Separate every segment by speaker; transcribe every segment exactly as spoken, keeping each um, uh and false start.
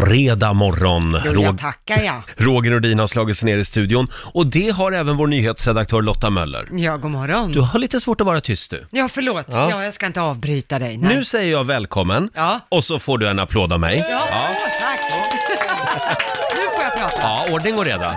Speaker 1: fredag morgon.
Speaker 2: Jo, jag tackar jag.
Speaker 1: Roger Nordin har slagit sig ner i studion. Och det har även vår nyhetsredaktör Lotta Möller.
Speaker 2: Ja, god morgon.
Speaker 1: Du har lite svårt att vara tyst du.
Speaker 2: Ja, förlåt. Ja, ja jag ska inte avbryta dig. Nej.
Speaker 1: Nu säger jag välkommen.
Speaker 2: Ja.
Speaker 1: Och så får du en applåd av mig.
Speaker 2: Ja, ja. Tack. Nu får jag prata.
Speaker 1: Ja, ordning och reda.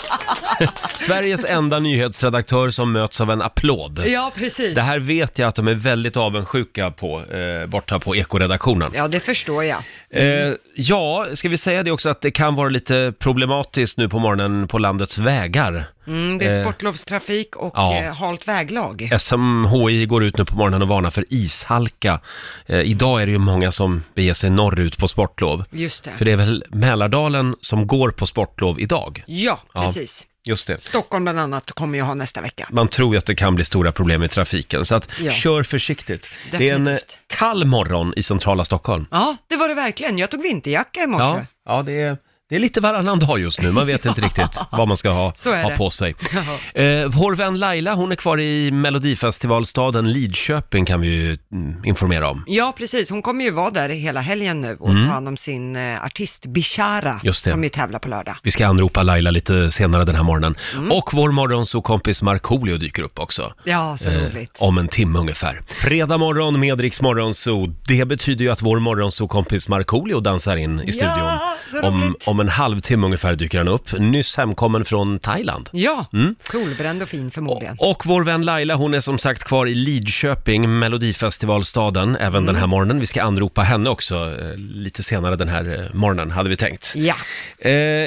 Speaker 1: Sveriges enda nyhetsredaktör som möts av en applåd.
Speaker 2: Ja, precis.
Speaker 1: Det här vet jag att de är väldigt avundsjuka på eh, borta på Ekoredaktionen.
Speaker 2: Ja, det förstår jag.
Speaker 1: Eh, ja, ska vi säga det också att det kan vara lite problematiskt nu på morgonen på landets vägar.
Speaker 2: Mm, det är sportlovstrafik och
Speaker 1: ja.
Speaker 2: eh, halt väglag.
Speaker 1: S M H I går ut nu på morgonen och varnar för ishalka. Eh, idag är det ju många som beger sig norrut på sportlov.
Speaker 2: Just det.
Speaker 1: För det är väl Mälardalen som går på sportlov idag?
Speaker 2: Ja, precis.
Speaker 1: Ja. Just det.
Speaker 2: Stockholm bland annat kommer ju ha nästa vecka.
Speaker 1: Man tror ju att det kan bli stora problem i trafiken, så att
Speaker 2: ja. kör
Speaker 1: försiktigt.
Speaker 2: Definitivt.
Speaker 1: Det är en kall morgon i centrala Stockholm.
Speaker 2: Ja, det var det verkligen. Jag tog vinterjacka i morse.
Speaker 1: Ja, ja det är... Det är lite varannan dag just nu, man vet inte riktigt vad man ska ha, ha på sig. Eh, vår vän Laila, hon är kvar i Melodifestivalstaden Lidköping kan vi ju mm, informera om.
Speaker 2: Ja, precis. Hon kommer ju vara där hela helgen nu och mm. ta hand om sin eh, artist Bishara som ju tävlar på lördag.
Speaker 1: Vi ska anropa Laila lite senare den här morgonen. Mm. Och vår morgonsokompis Markoolio dyker upp också.
Speaker 2: Ja, så
Speaker 1: eh,
Speaker 2: roligt.
Speaker 1: Om en timme ungefär. Fredag morgon med Riks Morgonzoo. Det betyder ju att vår morgonsokompis Markoolio dansar in i studion.
Speaker 2: Ja, så
Speaker 1: om,
Speaker 2: roligt.
Speaker 1: om en halvtimme ungefär dyker han upp. Nyss hemkommen från Thailand.
Speaker 2: Ja, mm. solbränd och fin förmodligen.
Speaker 1: Och, och vår vän Laila, hon är som sagt kvar i Lidköping, Melodifestivalstaden, även mm. den här morgonen. Vi ska anropa henne också eh, lite senare den här eh, morgonen, hade vi tänkt.
Speaker 2: Ja.
Speaker 1: Eh,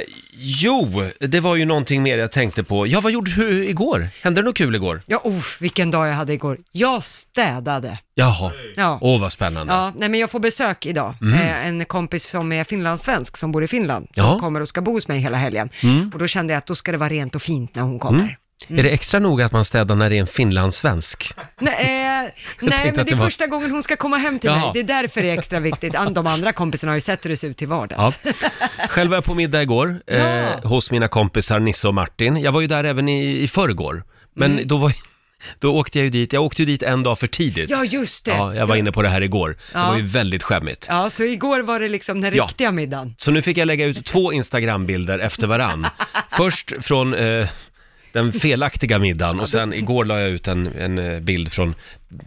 Speaker 1: jo, det var ju någonting mer jag tänkte på. Ja, vad gjorde du igår? Hände det något kul igår?
Speaker 2: Ja, oh, vilken dag jag hade igår. Jag städade.
Speaker 1: Jaha,
Speaker 2: ja.
Speaker 1: Åh vad spännande.
Speaker 2: Ja, nej men jag får besök idag. Mm. Eh, en kompis som är finlandssvensk som bor i Finland som
Speaker 1: ja.
Speaker 2: kommer och ska bo hos mig hela helgen. Mm. Och då kände jag att då ska det vara rent och fint när hon kommer. Mm.
Speaker 1: Mm. Är det extra noga att man städar när det är en finlandssvensk?
Speaker 2: Nej, eh, nej men det är det var... första gången hon ska komma hem till Jaha. mig. Det är därför det är extra viktigt. De andra kompisarna har ju sett hur det ser ut till vardags.
Speaker 1: Ja. Själv var jag på middag igår eh, ja. hos mina kompisar Nisse och Martin. Jag var ju där även i, i förrgår. Men mm. då var Då åkte jag ju dit, jag åkte ju dit en dag för tidigt.
Speaker 2: Ja, just det.
Speaker 1: Ja, jag var inne på det här igår. Ja. Det var ju väldigt skämmigt.
Speaker 2: Ja, så igår var det liksom den
Speaker 1: ja.
Speaker 2: riktiga middagen.
Speaker 1: Så nu fick jag lägga ut två Instagram-bilder efter varann. Först från eh, den felaktiga middagen och sen igår la jag ut en, en bild från,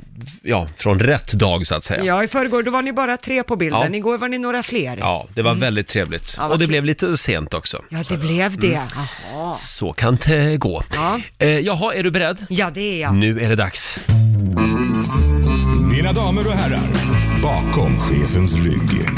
Speaker 1: ja, från rätt dag så att säga.
Speaker 2: Ja, i förrgår då var ni bara tre på bilden, ja. igår var ni några fler.
Speaker 1: Ja, det var mm. väldigt trevligt. Ja, och det kul. blev lite sent också.
Speaker 2: Ja, det blev det. Mm. Aha.
Speaker 1: Så kan det gå.
Speaker 2: Ja.
Speaker 1: Eh, jaha, är du beredd?
Speaker 2: Ja, det är jag.
Speaker 1: Nu är det dags.
Speaker 3: Mina damer och herrar, bakom chefens rygg.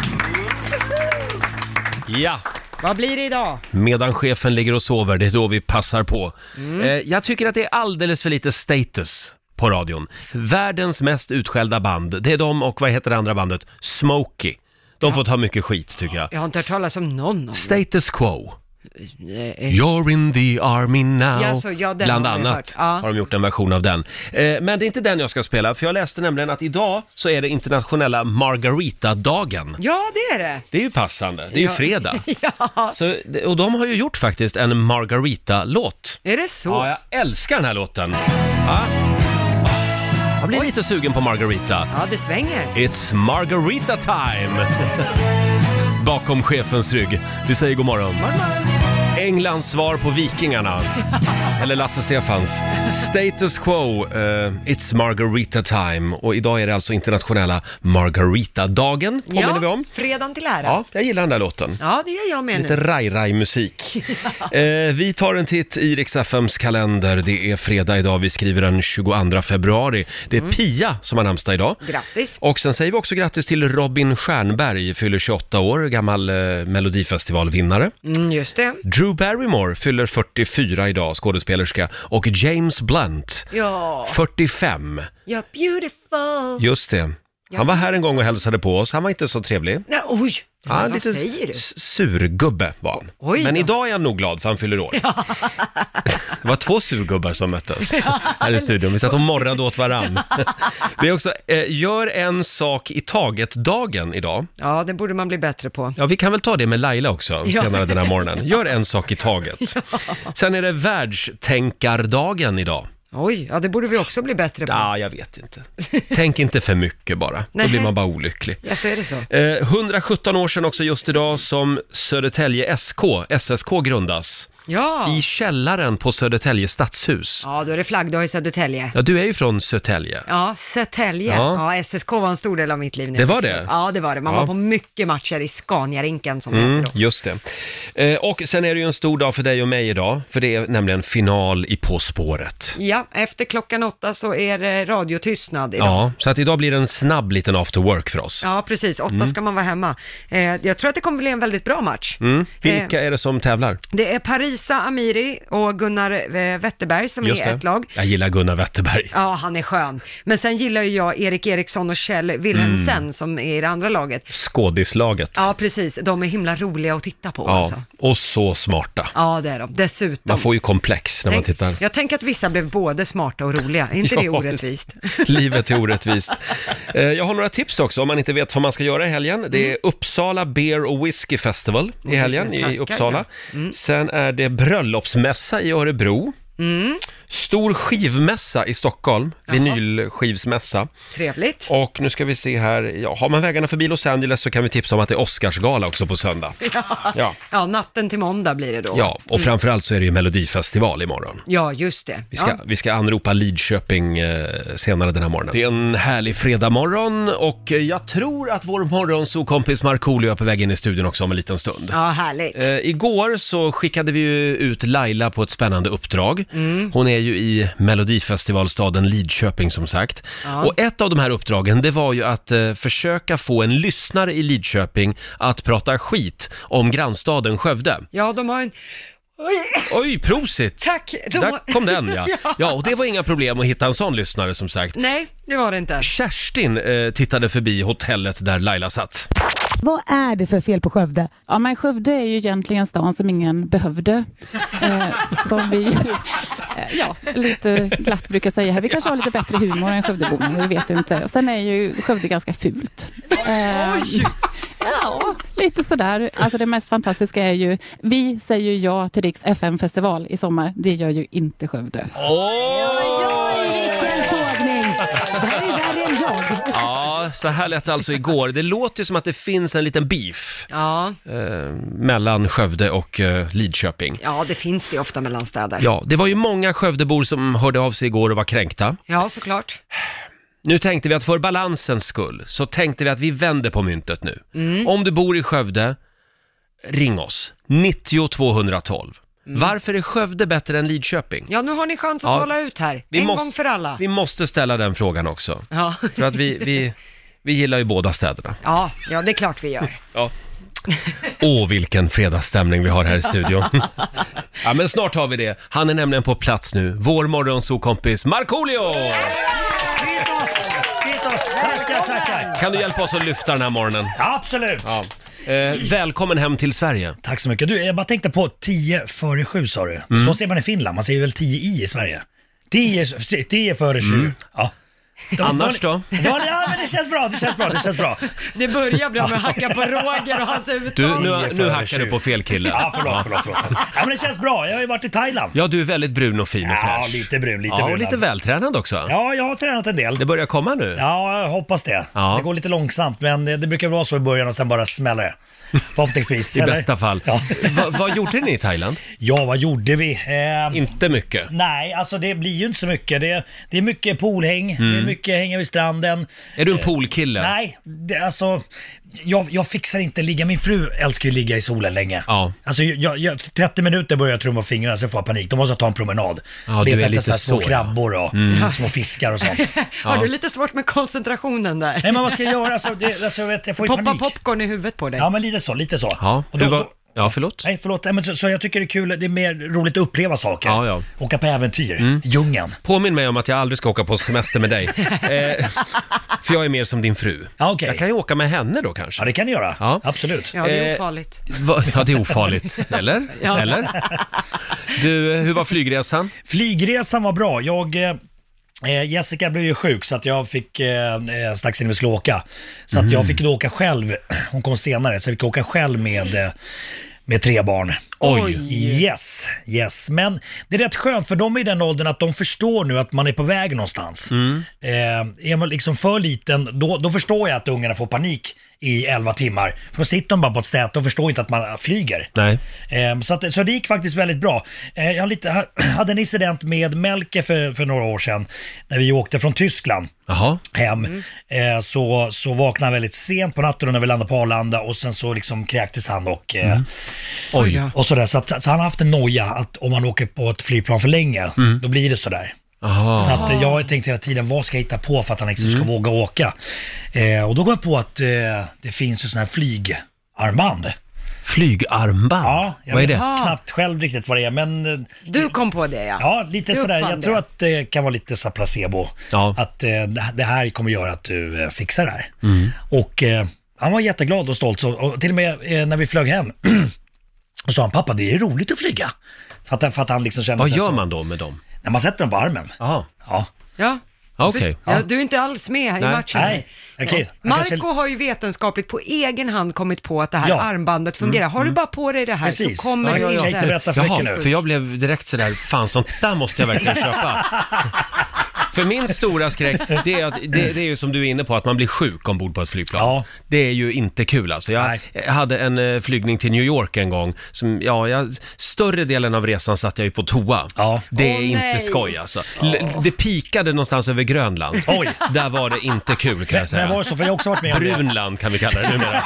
Speaker 1: Ja.
Speaker 2: Vad blir det idag?
Speaker 1: Medan chefen ligger och sover, det är då vi passar på. Mm. Eh, jag tycker att det är alldeles för lite status på radion. Världens mest utskällda band, det är de och vad heter det andra bandet? Smokey. De ja. får ta mycket skit tycker jag.
Speaker 2: Jag har inte hört talas om någon om
Speaker 1: Status Quo. You're in the army now.
Speaker 2: Ja, så, ja,
Speaker 1: Bland har annat ja. har de gjort en version av den. eh, Men det är inte den jag ska spela. För jag läste nämligen att idag så är det internationella Margarita-dagen.
Speaker 2: Ja, det är det.
Speaker 1: Det är ju passande, det är
Speaker 2: ja.
Speaker 1: ju fredag.
Speaker 2: ja.
Speaker 1: så, Och de har ju gjort faktiskt en Margarita-låt.
Speaker 2: Är det så?
Speaker 1: Ja, jag älskar den här låten. Ja. Jag blir Oj. lite sugen på Margarita.
Speaker 2: Ja, det svänger.
Speaker 1: It's Margarita time. Bakom chefens rygg. Vi säger god morgon. Englands svar på vikingarna. Eller Lasse Stefans. Status Quo, uh, It's Margarita time. Och idag är det alltså internationella Margarita-dagen. Påminner
Speaker 2: ja,
Speaker 1: vi om.
Speaker 2: fredagen till ära.
Speaker 1: Ja, jag gillar den där låten.
Speaker 2: Ja, det gör jag med
Speaker 1: Lite
Speaker 2: nu.
Speaker 1: raj-raj-musik. uh, Vi tar en titt i Rix F M:s kalender. Det är fredag idag, vi skriver den tjugoandra februari. Det är mm. Pia som har namnsdag idag.
Speaker 2: Grattis.
Speaker 1: Och sen säger vi också grattis till Robin Stjernberg, fyller tjugoåtta år, gammal uh, Melodifestivalvinnare.
Speaker 2: Mm, just det.
Speaker 1: Drew Barrymore fyller fyrtiofyra idag, skådespelerska. Och James Blunt,
Speaker 2: ja.
Speaker 1: fyrtiofem.
Speaker 2: You're beautiful.
Speaker 1: Just det. Han var här en gång och hälsade på oss. Han var inte så trevlig.
Speaker 2: Nej, oj. Ja,
Speaker 1: ja,
Speaker 2: vad
Speaker 1: lite
Speaker 2: säger du?
Speaker 1: surgubbe var han.
Speaker 2: Oj,
Speaker 1: men
Speaker 2: då.
Speaker 1: idag är han nog glad för han fyller år. Ja. Det var två surgubbar som möttes här i studion. Vi satt och morrade åt varann. Det är också, eh, gör en sak i taget-dagen idag.
Speaker 2: Ja, det borde man bli bättre på.
Speaker 1: Ja, vi kan väl ta det med Laila också
Speaker 2: ja.
Speaker 1: senare den här morgonen. Gör en sak i taget. Ja. Sen är det världstänkardagen idag.
Speaker 2: Oj, ja det borde vi också bli bättre på.
Speaker 1: Ja, jag vet inte. Tänk inte för mycket bara. Då blir man bara olycklig.
Speaker 2: Ja, så är det så.
Speaker 1: Eh, hundrasjutton år sedan också just idag som Södertälje S K, S S K grundas.
Speaker 2: Ja.
Speaker 1: I källaren på Södertälje stadshus.
Speaker 2: Ja, då är det flaggdag i Södertälje.
Speaker 1: Ja, du är ju från Södertälje.
Speaker 2: Ja, Södertälje. Ja. ja, S S K var en stor del av mitt liv.
Speaker 1: Det var det?
Speaker 2: Ja, det var det. Man
Speaker 1: ja.
Speaker 2: var på mycket matcher i Scania-rinken som det
Speaker 1: mm,
Speaker 2: heter då.
Speaker 1: Just det. Eh, och sen är det ju en stor dag för dig och mig idag, för det är nämligen final i På spåret.
Speaker 2: Ja, efter klockan åtta så är det radiotystnad idag.
Speaker 1: Ja, så att idag blir det en snabb liten after work för oss.
Speaker 2: Ja, precis. Åtta mm. ska man vara hemma. Eh, jag tror att det kommer bli en väldigt bra match.
Speaker 1: Mm. Vilka eh, är det som tävlar?
Speaker 2: Det är Parisa Amiri och Gunnar eh, Wetterberg som
Speaker 1: Just
Speaker 2: är
Speaker 1: det.
Speaker 2: ett lag.
Speaker 1: Jag gillar Gunnar Wetterberg.
Speaker 2: Ja, han är skön. Men sen gillar ju jag Erik Eriksson och Kjell Wilhelmsen mm. som är i det andra laget.
Speaker 1: Skådislaget.
Speaker 2: Ja, precis. De är himla roliga att titta på.
Speaker 1: Ja,
Speaker 2: alltså.
Speaker 1: och så smarta.
Speaker 2: Ja, det är de. Dessutom.
Speaker 1: Man får ju komplex när
Speaker 2: Tänk,
Speaker 1: man tittar.
Speaker 2: Jag tänker att vissa blev både smarta och roliga. Är inte
Speaker 1: ja,
Speaker 2: det orättvist?
Speaker 1: Livet är orättvist. Jag har några tips också om man inte vet vad man ska göra i helgen. Det är mm. Uppsala Beer och Whisky Festival i helgen mm, i Uppsala. Ja. Mm. Sen är det bröllopsmässa i Örebro. Mm. Stor skivmässa i Stockholm, Jaha. vinylskivsmässa.
Speaker 2: Trevligt.
Speaker 1: Och nu ska vi se här, ja, har man vägarna förbi Los Angeles så kan vi tipsa om att det är Oscarsgala också på söndag.
Speaker 2: Ja, ja. ja natten till måndag blir det då.
Speaker 1: Ja, och mm. framförallt så är det ju Melodifestival imorgon.
Speaker 2: Ja, just det.
Speaker 1: Vi ska,
Speaker 2: ja.
Speaker 1: vi ska anropa Lidköping eh, senare den här morgonen. Det är en härlig fredagmorgon och jag tror att vår morgonsokompis Markoolio är på väg in i studion också om en liten stund.
Speaker 2: Ja, härligt.
Speaker 1: Eh, igår så skickade vi ju ut Laila på ett spännande uppdrag. Mm. Hon är ju i Melodifestivalstaden Lidköping som sagt. Ja. Och ett av de här uppdragen det var ju att eh, försöka få en lyssnare i Lidköping att prata skit om grannstaden Skövde.
Speaker 2: Ja, de har en...
Speaker 1: Oj, Oj prosit!
Speaker 2: Tack! De...
Speaker 1: Där kom den, ja. ja. Ja, och det var inga problem att hitta en sån lyssnare som sagt.
Speaker 2: Nej, det var det inte.
Speaker 1: Kerstin eh, tittade förbi hotellet där Laila satt.
Speaker 4: Vad är det för fel på Skövde?
Speaker 5: Ja, men Skövde är ju egentligen stan som ingen behövde. Eh, som vi eh, ja, lite glatt brukar säga här. Vi kanske har lite bättre humor än Skövdeborna, men vi vet inte. Och sen är ju Skövde ganska fult. Eh, ja, lite sådär. Alltså det mest fantastiska är ju, vi säger ja till Riks F M-festival i sommar. Det gör ju inte Skövde.
Speaker 1: Åh!
Speaker 4: Vilken sågning! Det här är ju värre än jag.
Speaker 1: Ja, så här lät det alltså igår. Det låter ju som att det finns en liten beef
Speaker 2: ja.
Speaker 1: eh, mellan Skövde och eh, Lidköping.
Speaker 2: Ja, det finns det ofta mellan städer.
Speaker 1: Ja, det var ju många Skövdebor som hörde av sig igår och var kränkta.
Speaker 2: Ja, såklart.
Speaker 1: Nu tänkte vi att för balansens skull så tänkte vi att vi vänder på myntet nu. Mm. Om du bor i Skövde, ring oss. nittio tvåhundratolv. Mm. Varför är Skövde bättre än Lidköping?
Speaker 2: Ja, nu har ni chans att ja. tala ut här.
Speaker 1: Vi
Speaker 2: en
Speaker 1: måste,
Speaker 2: gång för alla.
Speaker 1: Vi måste ställa den frågan också.
Speaker 2: Ja.
Speaker 1: För att vi, vi, vi gillar ju båda städerna.
Speaker 2: Ja, ja det är klart vi gör.
Speaker 1: Ja. Åh, vilken fredagsstämning vi har här i studion. Ja, men snart har vi det. Han är nämligen på plats nu. Vår morgonsokompis Markoolio!
Speaker 6: Tackar, tackar.
Speaker 1: Kan du hjälpa oss att lyfta den här morgonen?
Speaker 6: Ja, absolut.
Speaker 1: Ja. Eh, välkommen hem till Sverige.
Speaker 6: Tack så mycket. Du, jag bara tänkte på tio före sju, sa du. Mm. Så ser man i Finland. Man säger väl tio i i Sverige. tio, tio före sju. Mm. Ja.
Speaker 1: De, Annars då?
Speaker 6: De, de, ja, men det känns bra, det känns bra, det känns bra.
Speaker 2: Det börjar bra med att hacka på Roger och hans uttal.
Speaker 1: Du, nu, nu hackar du på fel kille.
Speaker 6: Ja, förlåt, förlåt, förlåt. Ja, men det känns bra. Jag har ju varit i Thailand.
Speaker 1: Ja, du är väldigt brun och fin och fräsch.
Speaker 6: Ja, lite brun, lite
Speaker 1: ja,
Speaker 6: brun.
Speaker 1: Och lite vältränad också.
Speaker 6: Ja, jag har tränat en del.
Speaker 1: Det börjar komma nu.
Speaker 6: Ja, jag hoppas det. Ja. Det går lite långsamt, men det, det brukar vara så i början och sen bara smäller det. Förhoppningsvis.
Speaker 1: I bästa fall. Ja. Va, vad gjorde ni i Thailand?
Speaker 6: Ja, vad gjorde vi?
Speaker 1: Eh, inte mycket.
Speaker 6: Nej, alltså det blir ju inte så mycket. Det, det är mycket poolhäng, mm. det är mycket hänga vid stranden.
Speaker 1: Är du en poolkille?
Speaker 6: Eh, nej, det, alltså jag, jag fixar inte ligga. Min fru älskar ju ligga i solen länge. Ja. Alltså jag, jag, trettio minuter börjar jag trumma fingrarna så får jag panik. Då måste jag ta en promenad.
Speaker 1: Ja, du är lite så,
Speaker 6: små krabbor och mm. små fiskar och sånt.
Speaker 2: Har du lite svårt med koncentrationen där?
Speaker 6: Nej, men vad ska jag göra? Alltså, det, alltså, jag, vet, jag får ju
Speaker 2: Poppa
Speaker 6: panik.
Speaker 2: popcorn i huvudet på dig.
Speaker 6: Ja, men lite så, lite så.
Speaker 1: Ja,
Speaker 6: och då,
Speaker 1: du var...
Speaker 6: då,
Speaker 1: Ja, förlåt.
Speaker 6: Nej, förlåt. Nej, men så, så jag tycker det är kul, det är mer roligt att uppleva saker.
Speaker 1: Ja, ja.
Speaker 6: Åka på äventyr, mm. djungeln.
Speaker 1: Påminn mig om att jag aldrig ska åka på semester med dig. eh, för jag är mer som din fru.
Speaker 6: Ja, okay.
Speaker 1: Jag kan ju åka med henne då kanske.
Speaker 6: Ja, det kan du göra. Ja. Absolut.
Speaker 2: Ja, det är ofarligt.
Speaker 1: Eh, va, ja, det är ofarligt. Eller?
Speaker 2: Ja.
Speaker 1: Eller? Du, hur var flygresan?
Speaker 6: Flygresan var bra. Jag... Eh, Jessica blev ju sjuk så att jag fick eh, strax innan vi skulle åka. Så mm. att jag fick då åka själv. Hon kom senare så jag fick åka själv med, med tre barn.
Speaker 1: Oj.
Speaker 6: Yes, yes. Men det är rätt skönt för de är i den åldern att de förstår nu att man är på väg någonstans.
Speaker 1: Mm.
Speaker 6: Eh, är man liksom för liten, då, då förstår jag att ungarna får panik i elva timmar. För då sitter de bara på ett säte och förstår inte att man flyger.
Speaker 1: Nej.
Speaker 6: Eh, så, att, så det gick faktiskt väldigt bra. Eh, jag lite, hade en incident med Melke för, för några år sedan när vi åkte från Tyskland.
Speaker 1: Jaha.
Speaker 6: Hem. Mm. Eh, så, så vaknade han väldigt sent på natten när vi landade på Arlanda och sen så liksom kräktes han och, eh,
Speaker 1: mm. Oj.
Speaker 6: och sådär. Så, att, så han har haft en noja att om man åker på ett flygplan för länge, mm. då blir det sådär.
Speaker 1: Aha.
Speaker 6: Så att jag har tänkt hela tiden, vad ska jag hitta på för att han liksom ska mm. våga åka? Eh, och då går jag på att eh, det finns ju sådana här flygarmband.
Speaker 1: Flygarmband?
Speaker 6: Ja, jag
Speaker 1: vad är
Speaker 6: vet
Speaker 1: det?
Speaker 6: knappt själv riktigt vad det är, men...
Speaker 2: Du kom på det, ja.
Speaker 6: Ja, lite
Speaker 2: du
Speaker 6: sådär. Jag
Speaker 2: det.
Speaker 6: tror att det kan vara lite så placebo. Ja. Att eh, det här kommer göra att du eh, fixar det här. Mm. Och eh, han var jätteglad och stolt. Så, och till och med eh, när vi flög hem så sa han, pappa, det är roligt att flyga. För att, för att han liksom kände
Speaker 1: vad
Speaker 6: sig
Speaker 1: gör
Speaker 6: så,
Speaker 1: man då med dem?
Speaker 6: När man sätter dem på armen.
Speaker 1: Aha.
Speaker 6: Ja.
Speaker 2: Ja.
Speaker 1: Okej. Okay.
Speaker 2: Ja, du är inte alls med i
Speaker 1: Nej.
Speaker 2: matchen.
Speaker 6: Nej. Okay.
Speaker 2: Ja. Marco kanske... har ju vetenskapligt på egen hand kommit på att det här ja. armbandet fungerar.
Speaker 6: Mm.
Speaker 2: Har du bara på dig det här
Speaker 6: Precis.
Speaker 2: så kommer
Speaker 6: ja,
Speaker 2: du
Speaker 6: jag
Speaker 2: inte...
Speaker 6: kan inte berätta för mycket nu.
Speaker 1: För jag blev direkt sådär, fan sånt där måste jag verkligen köpa. För min stora skräck, det är, att, det, det är ju som du är inne på, att man blir sjuk ombord på ett flygplan. Ja. Det är ju inte kul alltså. Jag Nej. hade en flygning till New York en gång. Som, ja, jag, större delen av resan satt jag ju på toa. Ja. Det är oh, inte nej. skoj alltså. L- det pikade någonstans över Grönland. Oj. Där var det inte kul kan jag säga.
Speaker 6: Men var så, för jag också varit med om det.
Speaker 1: Brunland kan vi kalla det numera.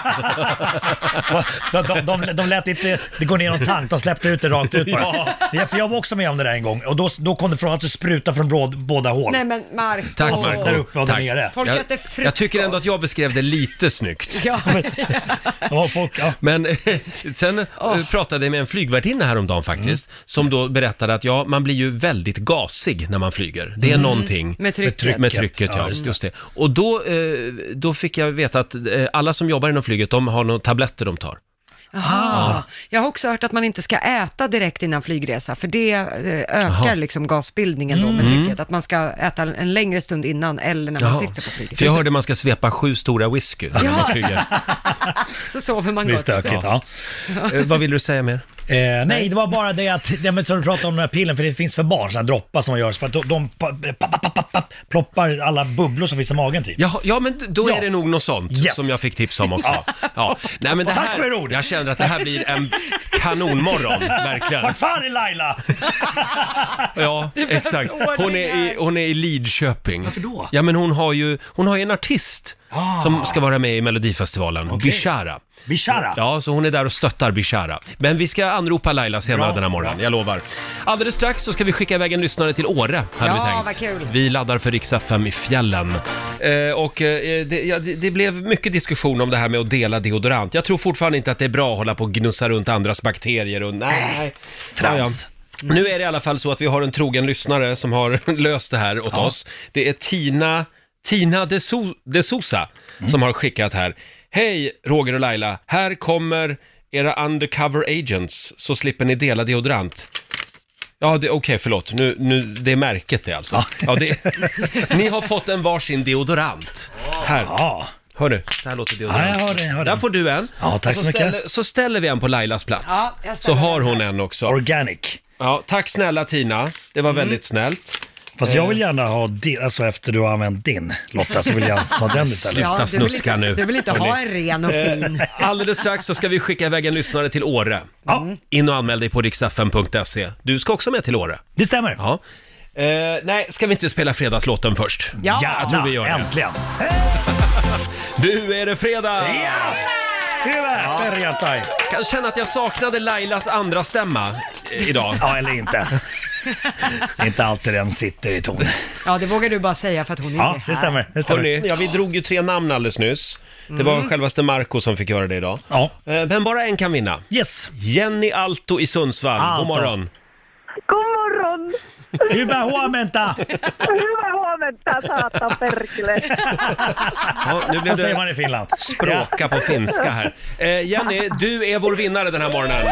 Speaker 6: de, de, de, de lät inte det gå ner någon tank, de släppte ut det rakt ut bara. Ja. För jag var också med om det där en gång. Och då, då kom det från att spruta från bråd, båda håll.
Speaker 2: Nej men Marco.
Speaker 1: Tack Marco.
Speaker 6: Där uppe och där nere.
Speaker 2: Folk
Speaker 1: jag,
Speaker 2: äter frukost.
Speaker 1: jag tycker ändå att jag beskrev det lite snyggt.
Speaker 2: Ja.
Speaker 6: ja, folk, ja.
Speaker 1: Men sen oh. pratade jag med en flygvärdinna häromdagen faktiskt. Mm. Som då berättade att ja, man blir ju väldigt gasig när man flyger. Det är mm. någonting.
Speaker 2: Med trycket.
Speaker 1: Med, tryck, med trycket, ja. Just, just det. Och då, då fick jag veta att alla som jobbar inom flyget, de har några tabletter de tar.
Speaker 2: Aha. Ja. Jag har också hört att man inte ska äta direkt innan flygresa, för det ökar liksom gasbildningen då med trycket. Att man ska äta en längre stund innan eller när man Jaha. sitter på flyget.
Speaker 1: För jag hörde man ska svepa sju stora whisky när man flyger.
Speaker 2: Så sover man
Speaker 6: gott.
Speaker 2: Stökigt,
Speaker 6: ja.
Speaker 1: Ja. Eh, vad vill du säga mer?
Speaker 6: Eh, nej, det var bara det att, det med, så du pratade om den här pillen, för det finns för barn, sådana droppar som man gör, för att de, de pa, pa, pa, pa, pa, ploppar alla bubblor som finns i magen typ.
Speaker 1: Ja, ja men då är
Speaker 6: ja.
Speaker 1: det nog något sånt yes. som jag fick tips om också. Ja. Ja. Nej, men det här,
Speaker 6: tack för ord!
Speaker 1: Jag känner att det här blir en kanonmorgon, verkligen.
Speaker 6: Vart fan är Laila?
Speaker 1: Ja, exakt. Hon är i, hon är i Lidköping.
Speaker 6: Varför då?
Speaker 1: Ja, men hon har ju, hon har ju en artist ah. som ska vara med i Melodifestivalen, okay. Bishara.
Speaker 6: Bishara?
Speaker 1: Ja, så hon är där och stöttar Bishara. Men vi ska anropa Laila senare Bra. den här morgonen, jag lovar. Alldeles strax så ska vi skicka iväg en lyssnare till Åre, hade
Speaker 2: ja,
Speaker 1: vi tänkt.
Speaker 2: Vad kul.
Speaker 1: Vi laddar för Rix F M i fjällen. Eh, och eh, det, ja, det, det blev mycket diskussion om det här med att dela deodorant. Jag tror fortfarande inte att det är bra att hålla på och gnussa runt andras bakterier och nej.
Speaker 6: Trams.
Speaker 1: Ja, ja. Nu är det i alla fall så att vi har en trogen lyssnare som har löst det här åt ja. oss. Det är Tina, Tina de, so- de Sousa mm. som har skickat här. Hej Roger och Laila, här kommer era undercover agents, så slipper ni dela deodorant. Ja, okej, okay, förlåt. Nu, nu, det är märket det alltså. Ja. Ja, det, ni har fått en varsin deodorant. Här.
Speaker 6: Ja.
Speaker 1: Hör du, så här låter deodorant.
Speaker 6: Ja, jag hör det, jag hör det.
Speaker 1: Där får du en.
Speaker 6: Ja, tack så, så mycket.
Speaker 1: Ställer, så ställer vi en på Lailas plats.
Speaker 2: Ja,
Speaker 1: så har hon en också.
Speaker 6: Organic.
Speaker 1: Ja, tack snälla Tina. Det var mm. väldigt snällt.
Speaker 6: Fast jag vill gärna ha din, alltså efter du har använt din Lotta, så vill jag ta den istället.
Speaker 1: Sluta
Speaker 2: ja,
Speaker 1: snuska
Speaker 2: nu. Du vill inte ha en ren och fin.
Speaker 1: Alldeles strax så ska vi skicka iväg en lyssnare till Åre.
Speaker 6: Ja.
Speaker 1: In och anmäl dig på riks f m punkt se. Du ska också med till Åre.
Speaker 6: Det stämmer.
Speaker 1: Ja. Eh, nej, ska vi inte spela fredagslåten först?
Speaker 2: Ja,
Speaker 1: jag tror vi gör det.
Speaker 6: Äntligen.
Speaker 1: Du, är det fredag?
Speaker 6: Ja! Ja.
Speaker 1: Jag kan känna att jag saknade Lailas andra stämma idag.
Speaker 6: Ja, eller inte. Inte alltid den sitter i ton.
Speaker 2: Ja, det vågar du bara säga för att hon inte
Speaker 6: ja,
Speaker 2: är här.
Speaker 6: Det stämmer, det stämmer.
Speaker 1: Hörrni, ja, vi drog ju tre namn alldeles nyss. Det var mm. självaste Marco som fick göra det idag.
Speaker 6: Ja.
Speaker 1: Men bara en kan vinna.
Speaker 6: Yes.
Speaker 1: Jenny Alto i Sundsvall.
Speaker 6: Alto.
Speaker 1: God morgon.
Speaker 7: God morgon.
Speaker 6: Hyvää huomenta.
Speaker 7: Hyvää huomenta, satan perkele.
Speaker 1: Ja, nu blev
Speaker 6: så säger man i Finland.
Speaker 1: Språka på finska här. Eh, Jenny, du är vår vinnare den här morgonen.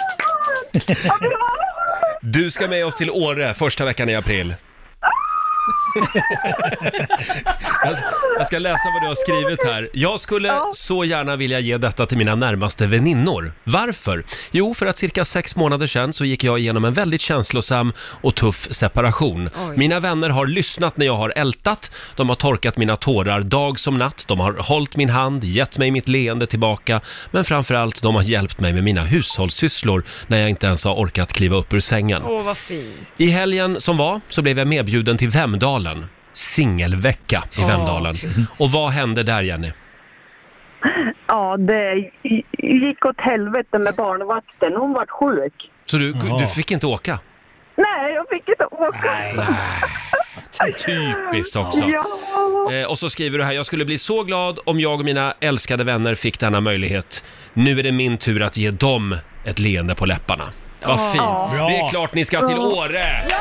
Speaker 1: Du ska med oss till Åre första veckan i april. jag, jag ska läsa vad du har skrivit här. Jag skulle ja. så gärna vilja ge detta till mina närmaste väninnor. Varför? Jo, för att cirka sex månader sedan så gick jag igenom en väldigt känslosam och tuff separation. Oj. Mina vänner har lyssnat när jag har ältat. De har torkat mina tårar dag som natt. De har hållit min hand, gett mig mitt leende tillbaka. Men framförallt, de har hjälpt mig med mina hushållssysslor när jag inte ens har orkat kliva upp ur sängen.
Speaker 2: Åh, vad fint.
Speaker 1: I helgen som var så blev jag medbjuden till Vemdalen. Singelvecka i Vemdalen. Oh. Och vad hände där, Jenny?
Speaker 7: Ja, det gick åt helvete med barnvakten. Hon var sjuk.
Speaker 1: Så du, du fick inte åka?
Speaker 7: Nej, jag fick inte åka.
Speaker 1: Nej. Typiskt också.
Speaker 7: Ja.
Speaker 1: Eh, och så skriver du här: jag skulle bli så glad om jag och mina älskade vänner fick denna möjlighet. Nu är det min tur att ge dem ett leende på läpparna. Vad oh. fint. Bra. Det är klart ni ska till Åre.
Speaker 7: Ja!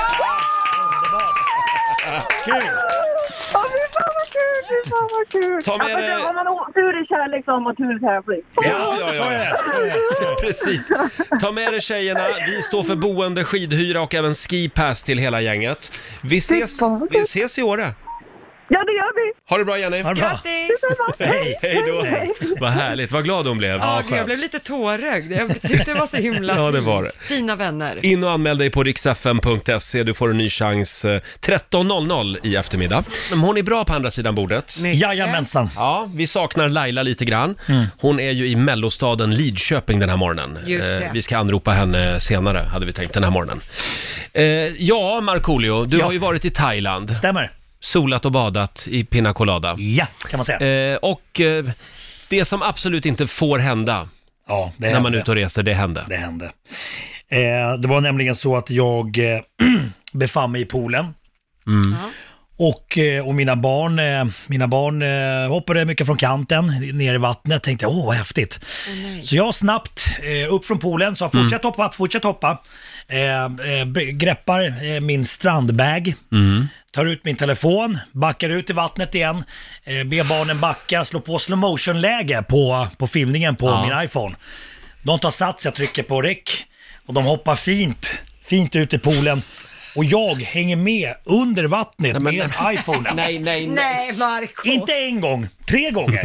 Speaker 6: Kul!
Speaker 7: Ja, fy fan vad kul, fy fan vad kul.
Speaker 1: Ta med
Speaker 7: ja,
Speaker 1: det...
Speaker 7: Har man tur i kärlek så har man tur i tävling.
Speaker 1: Ja, ja, ja, ja. Precis. Ta med det, tjejerna. Vi står för boende, skidhyra och även skipass till hela gänget. Vi ses, vi ses i Åre.
Speaker 7: Ja, det gör vi.
Speaker 1: Ha det bra, Jenny.
Speaker 6: Ha det bra.
Speaker 2: Grattis!
Speaker 6: Hej.
Speaker 1: Hej då. Hej. Vad härligt, vad glad hon blev.
Speaker 2: Ja, jag blev lite tårögd. Jag tyckte det var så himla
Speaker 1: ja, det var det.
Speaker 2: Fina vänner.
Speaker 1: In och anmäl dig på riks f m punkt se. Du får en ny chans tretton noll noll i eftermiddag. Men hon är bra på andra sidan bordet.
Speaker 6: Jajamensan.
Speaker 1: Ja, vi saknar Laila lite grann. Mm. Hon är ju i mellostaden Lidköping den här morgonen.
Speaker 2: Just det.
Speaker 1: Eh, vi ska anropa henne senare, hade vi tänkt, den här morgonen. Eh, ja, Markoolio, du ja. har ju varit i Thailand.
Speaker 6: Stämmer.
Speaker 1: Solat och badat i Pina Colada.
Speaker 6: Ja, kan man säga.
Speaker 1: Eh, och eh, det som absolut inte får hända
Speaker 6: ja, det
Speaker 1: när
Speaker 6: hände.
Speaker 1: man är ute och reser, det hände.
Speaker 6: Det hände. Eh, det var nämligen så att jag eh, befann mig i poolen.
Speaker 1: Mm.
Speaker 6: Och, eh, och mina barn, eh, mina barn eh, hoppade mycket från kanten ner i vattnet. Tänkte, åh vad häftigt. Oh, så jag snabbt eh, upp från poolen, så fortsätt mm. hoppa, fortsätt hoppa. Eh, eh, greppar eh, min strandbag.
Speaker 1: Mm.
Speaker 6: Tar ut min telefon, backar ut i vattnet igen, eh, ber barnen backa, slår på slow motion-läge på, på filmningen på ja. min iPhone. De tar sats, jag trycker på rec och de hoppar fint, fint ut i poolen. Och jag hänger med under vattnet nej, men, med nej. iPhone.
Speaker 1: Nej, nej, nej.
Speaker 2: Nej, Marco.
Speaker 6: Inte en gång, tre gånger.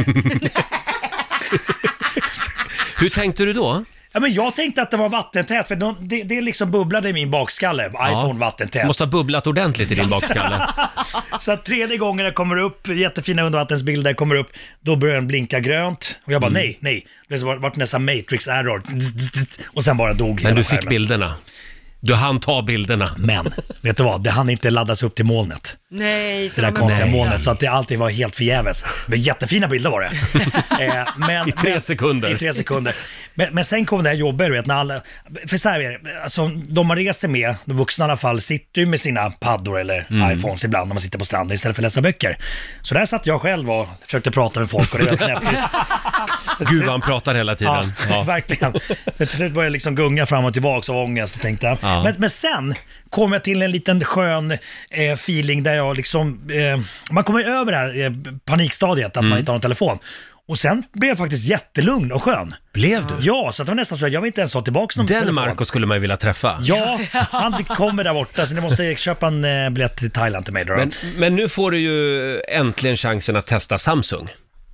Speaker 1: Hur tänkte du då?
Speaker 6: Ja, men jag tänkte att det var vattentät, för det, det liksom bubblade i min bakskalle. Ja. iPhone vattentät.
Speaker 1: Det måste ha bubblat ordentligt i din bakskalle.
Speaker 6: Så att tredje gången det kommer upp, jättefina undervattensbilder kommer upp, då börjar den blinka grönt. Och jag bara, mm. nej, nej. Det var, var nästan Matrix-error. Och sen bara dog.
Speaker 1: Men du fick skärmen. Bilderna. Du hann ta bilderna.
Speaker 6: Men, vet du vad? Det hann inte laddas upp till molnet.
Speaker 2: Nej,
Speaker 6: så det där konstiga molnet, så att det alltid var helt förgäves. Men jättefina bilder var det. eh, men,
Speaker 1: I tre
Speaker 6: men,
Speaker 1: sekunder.
Speaker 6: I tre sekunder. Men, men sen kom det här jobbet, vet, när alla... För så här, alltså, de man reser med, de vuxna i alla fall, sitter ju med sina paddor eller mm. iPhones ibland när man sitter på stranden istället för att läsa böcker. Så där satt jag själv och försökte prata med folk och det var knäpptyst.
Speaker 1: Gud, han pratar hela tiden.
Speaker 6: Ja, ja. Verkligen. Till slut började jag liksom gunga fram och tillbaka av ångest och tänkte. Ja. Men, men sen kom jag till en liten skön eh, feeling där jag liksom, eh, man kommer över det här eh, panikstadiet att mm. man inte har en telefon. Och sen blev jag faktiskt jättelugn och skön.
Speaker 1: Blev du?
Speaker 6: Ja, så det var nästan så att jag vill inte ens ha tillbaka någon
Speaker 1: Den
Speaker 6: telefon.
Speaker 1: Marco skulle man ju vilja träffa.
Speaker 6: Ja, han kommer där borta, så ni måste köpa en eh, biljett till Thailand till mig då.
Speaker 1: Men, men nu får du ju äntligen chansen att testa Samsung.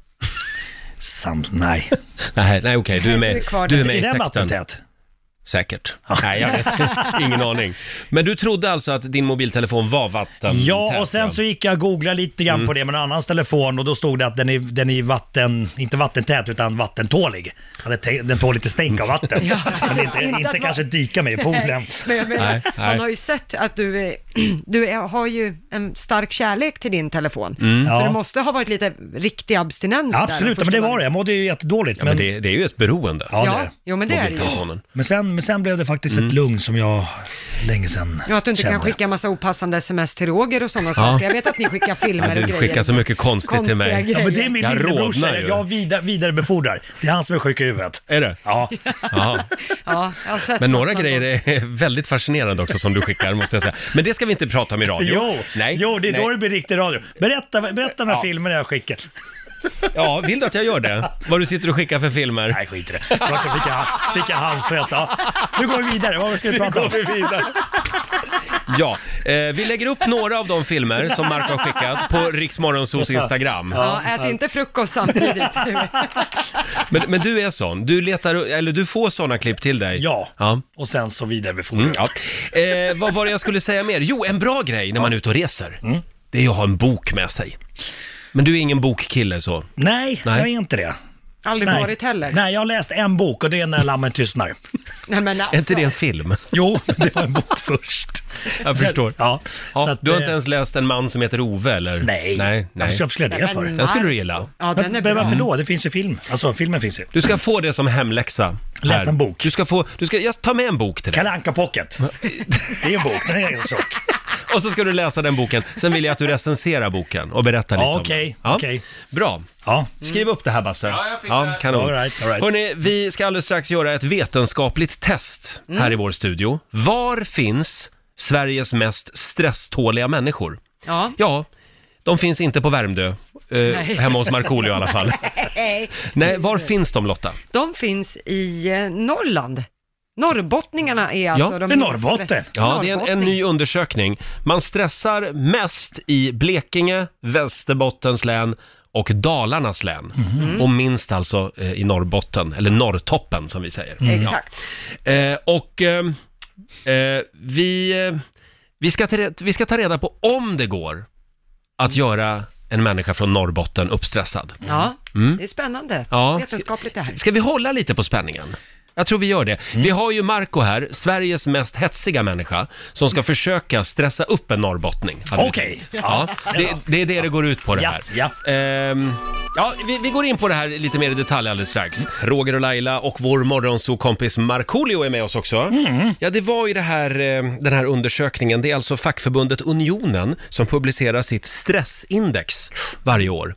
Speaker 6: Sam, nej.
Speaker 1: nej, nej okej, du är med, du är med i sekten.
Speaker 6: Vattentät?
Speaker 1: Säkert. Nej, jag vet. Ingen aning. Men du trodde alltså att din mobiltelefon var vattentät?
Speaker 6: Ja, och sen så gick jag och googlade lite grann mm. på det med en annans telefon och då stod det att den är, den är vatten, inte vattentät utan vattentålig. Den tål lite stänk av vatten. Ja, men inte, inte, inte kanske dyka med i poolen.
Speaker 2: Men jag menar, nej, man nej. har ju sett att du, är, du är, har ju en stark kärlek till din telefon. Mm. Så ja. det måste ha varit lite riktig abstinens.
Speaker 6: Ja, absolut, där, men det var det. Jag mådde ju jättedåligt.
Speaker 1: Ja, men det, det är ju ett beroende.
Speaker 6: Ja,
Speaker 2: ja
Speaker 6: det.
Speaker 2: Jo, men det är det ju.
Speaker 6: Men sen Men sen blev det faktiskt mm. ett lugn som jag länge sedan
Speaker 2: Ja, att du inte
Speaker 6: kände.
Speaker 2: kan skicka massa opassande sms till Roger och sådana ja. saker. Jag vet att ni skickar filmer ja, och grejer.
Speaker 1: Du skickar så mycket konstigt till mig.
Speaker 6: Ja, men det är min lillebrorsa. Jag vidare, vidarebefordrar. Det är han som är sjuk i huvudet.
Speaker 1: Är det?
Speaker 6: Ja.
Speaker 2: ja jag har sett
Speaker 1: men några grejer är väldigt fascinerande också som du skickar, måste jag säga. Men det ska vi inte prata om i radio.
Speaker 6: Jo,
Speaker 1: nej,
Speaker 6: jo det är
Speaker 1: nej.
Speaker 6: då det blir riktig radio. Berätta, berätta med ja. filmer jag skickar.
Speaker 1: Ja, vill du att jag gör det? Vad du sitter och skickar för filmer?
Speaker 6: Nej, skit i det. Jag fick jag, fick jag halsvett. Ja. Nu går vi vidare. Vad ska vi prata om?
Speaker 1: Nu går vi vidare. Ja, eh, vi lägger upp några av de filmer som Marco har skickat på Rix Morgonzos Instagram.
Speaker 2: Ja, ät inte frukost samtidigt.
Speaker 1: Men, men du är sån, du letar, eller du får såna klipp till dig.
Speaker 6: Ja,
Speaker 1: ja.
Speaker 6: Och sen så vidare befordrar.
Speaker 1: Mm, ja. eh, vad var det jag skulle säga mer? Jo, en bra grej när man är ute och reser, mm. det är att ha en bok med sig. Men du är ingen bokkille så?
Speaker 6: Nej, Nej. jag är inte det.
Speaker 2: Aldrig
Speaker 6: Nej.
Speaker 2: varit heller.
Speaker 6: Nej, jag har läst en bok och det är När lammen tystnar.
Speaker 2: Nej, men alltså.
Speaker 1: Är inte det en film?
Speaker 6: Jo, det var en bok först.
Speaker 1: Jag förstår.
Speaker 6: Ja,
Speaker 1: ja,
Speaker 6: så att,
Speaker 1: du har inte ens läst En man som heter Ove, eller?
Speaker 6: Nej,
Speaker 1: nej, nej.
Speaker 6: Varför skulle jag det för?
Speaker 1: Den skulle du gilla.
Speaker 2: Ja, den är
Speaker 6: men,
Speaker 2: bra.
Speaker 6: Varför då? Det finns ju film. Alltså, filmen finns ju.
Speaker 1: Du ska få det som hemläxa.
Speaker 6: Läs en bok.
Speaker 1: Du ska få, du ska, jag tar med en bok till dig.
Speaker 6: Kalle Anka Pocket. Det är en bok, den är en sak.
Speaker 1: Och så ska du läsa den boken. Sen vill jag att du recenserar boken och berättar lite
Speaker 6: ja,
Speaker 1: om
Speaker 6: okay,
Speaker 1: den. Ja,
Speaker 6: okej.
Speaker 1: Bra.
Speaker 6: Ja.
Speaker 1: Skriv upp det här, Basse.
Speaker 8: Ja, jag fixar det.
Speaker 1: kanon.
Speaker 6: All right, all right.
Speaker 1: Hörrni, vi ska alldeles strax göra ett vetenskapligt test här i vår studio. Var finns Sveriges mest stresståliga människor?
Speaker 2: Ja.
Speaker 1: Ja, de finns inte på Värmdö. Eh, hemma hos Markoolio i alla fall.
Speaker 2: Nej.
Speaker 1: Nej, var finns de, Lotta?
Speaker 2: De finns i eh, Norrland. Norrbottningarna är alltså
Speaker 1: Ja,
Speaker 2: de
Speaker 6: det är
Speaker 2: minst
Speaker 6: Norrbotten.
Speaker 2: stress-
Speaker 1: Ja, det är en, en
Speaker 2: Norrbottning.
Speaker 1: ny undersökning. Man stressar mest i Blekinge, Västerbottens län och Dalarnas län. Och minst alltså eh, i Norrbotten, eller Norrtoppen som vi säger.
Speaker 2: Exakt.
Speaker 1: Ja. Eh, och eh, eh, vi, eh, vi, ska ta, re- vi ska ta reda på om det går att göra en människa från Norrbotten uppstressad.
Speaker 2: Ja,
Speaker 1: Mm.
Speaker 2: det är spännande.
Speaker 1: Ja.
Speaker 2: Vetenskapligt det här.
Speaker 1: Ska vi hålla lite på spänningen? Jag tror vi gör det. Vi har ju Marco här, Sveriges mest hetsiga människa, som ska försöka stressa upp en norrbottning. hade vi
Speaker 6: Okej.
Speaker 1: tänkt.
Speaker 6: Ja.
Speaker 1: Ja, det, det är det det går ut på det
Speaker 6: Ja,
Speaker 1: här.
Speaker 6: ja.
Speaker 1: Ehm, ja, vi, vi går in på det här lite mer i detalj alldeles strax. Roger och Laila och vår morgonsokompis Markoolio är med oss också. Ja, det var ju det här, eh, den här undersökningen. Det är alltså fackförbundet Unionen som publicerar sitt stressindex varje år.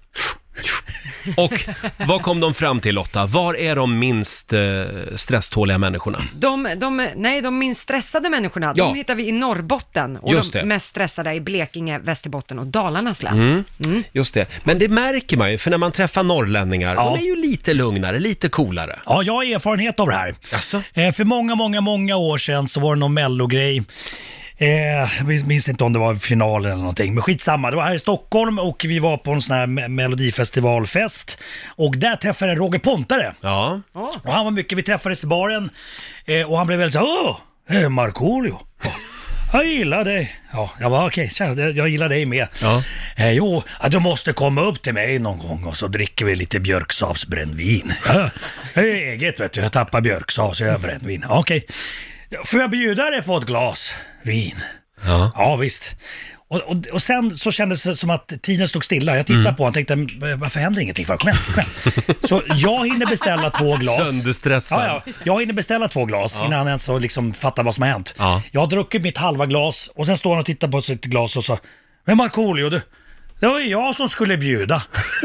Speaker 1: Och vad kom de fram till, Lotta? Var är de minst eh, stresståliga människorna?
Speaker 2: De, de, nej, de minst stressade människorna,
Speaker 1: Ja.
Speaker 2: de hittar vi i Norrbotten. Och
Speaker 1: Just
Speaker 2: de
Speaker 1: det.
Speaker 2: mest stressade i Blekinge, Västerbotten och Dalarnas län.
Speaker 1: Mm. Just det. Men det märker man ju, för när man träffar norrlänningar,
Speaker 6: Ja.
Speaker 1: de är ju lite lugnare, lite coolare.
Speaker 6: Ja, jag har erfarenhet av det här.
Speaker 1: Jaså?
Speaker 6: Eh, för många, många, många år sedan så var det någon mellogrej. Eh, jag minns inte om det var finalen eller någonting, men skitsamma. Det var här i Stockholm och vi var på en sån här me- melodifestivalfest. Och där träffade jag Roger Pontare.
Speaker 1: Ja.
Speaker 6: Och han var mycket, vi träffades i baren eh, och han blev väldigt så åh, eh, Markoolio. Ja, jag gillar dig. Ja, jag var okej, okay, jag, jag gillar dig med.
Speaker 1: Ja.
Speaker 6: Eh, jo, ja, du måste komma upp till mig någon gång och så dricker vi lite björksavsbrännvin. Ja, det är eget vet du, jag tappar björksav så jag har brännvin. Ja, okej. Får jag bjuda dig på ett glas vin?
Speaker 1: Ja.
Speaker 6: Ja, visst. Och, och, och sen så kändes det som att tiden stod stilla. Jag tittade
Speaker 1: Mm.
Speaker 6: på honom och tänkte, varför händer ingenting för? Kom igen, kom igen. Så jag hinner beställa två glas.
Speaker 1: Sönderstressad.
Speaker 6: Ja, ja. Jag hinner beställa två glas innan han ens så liksom fattar vad som har hänt.
Speaker 1: Ja.
Speaker 6: Jag har druckit mitt halva glas och sen står han och tittar på sitt glas och så, men Markoolio, du, det var ju jag som skulle bjuda.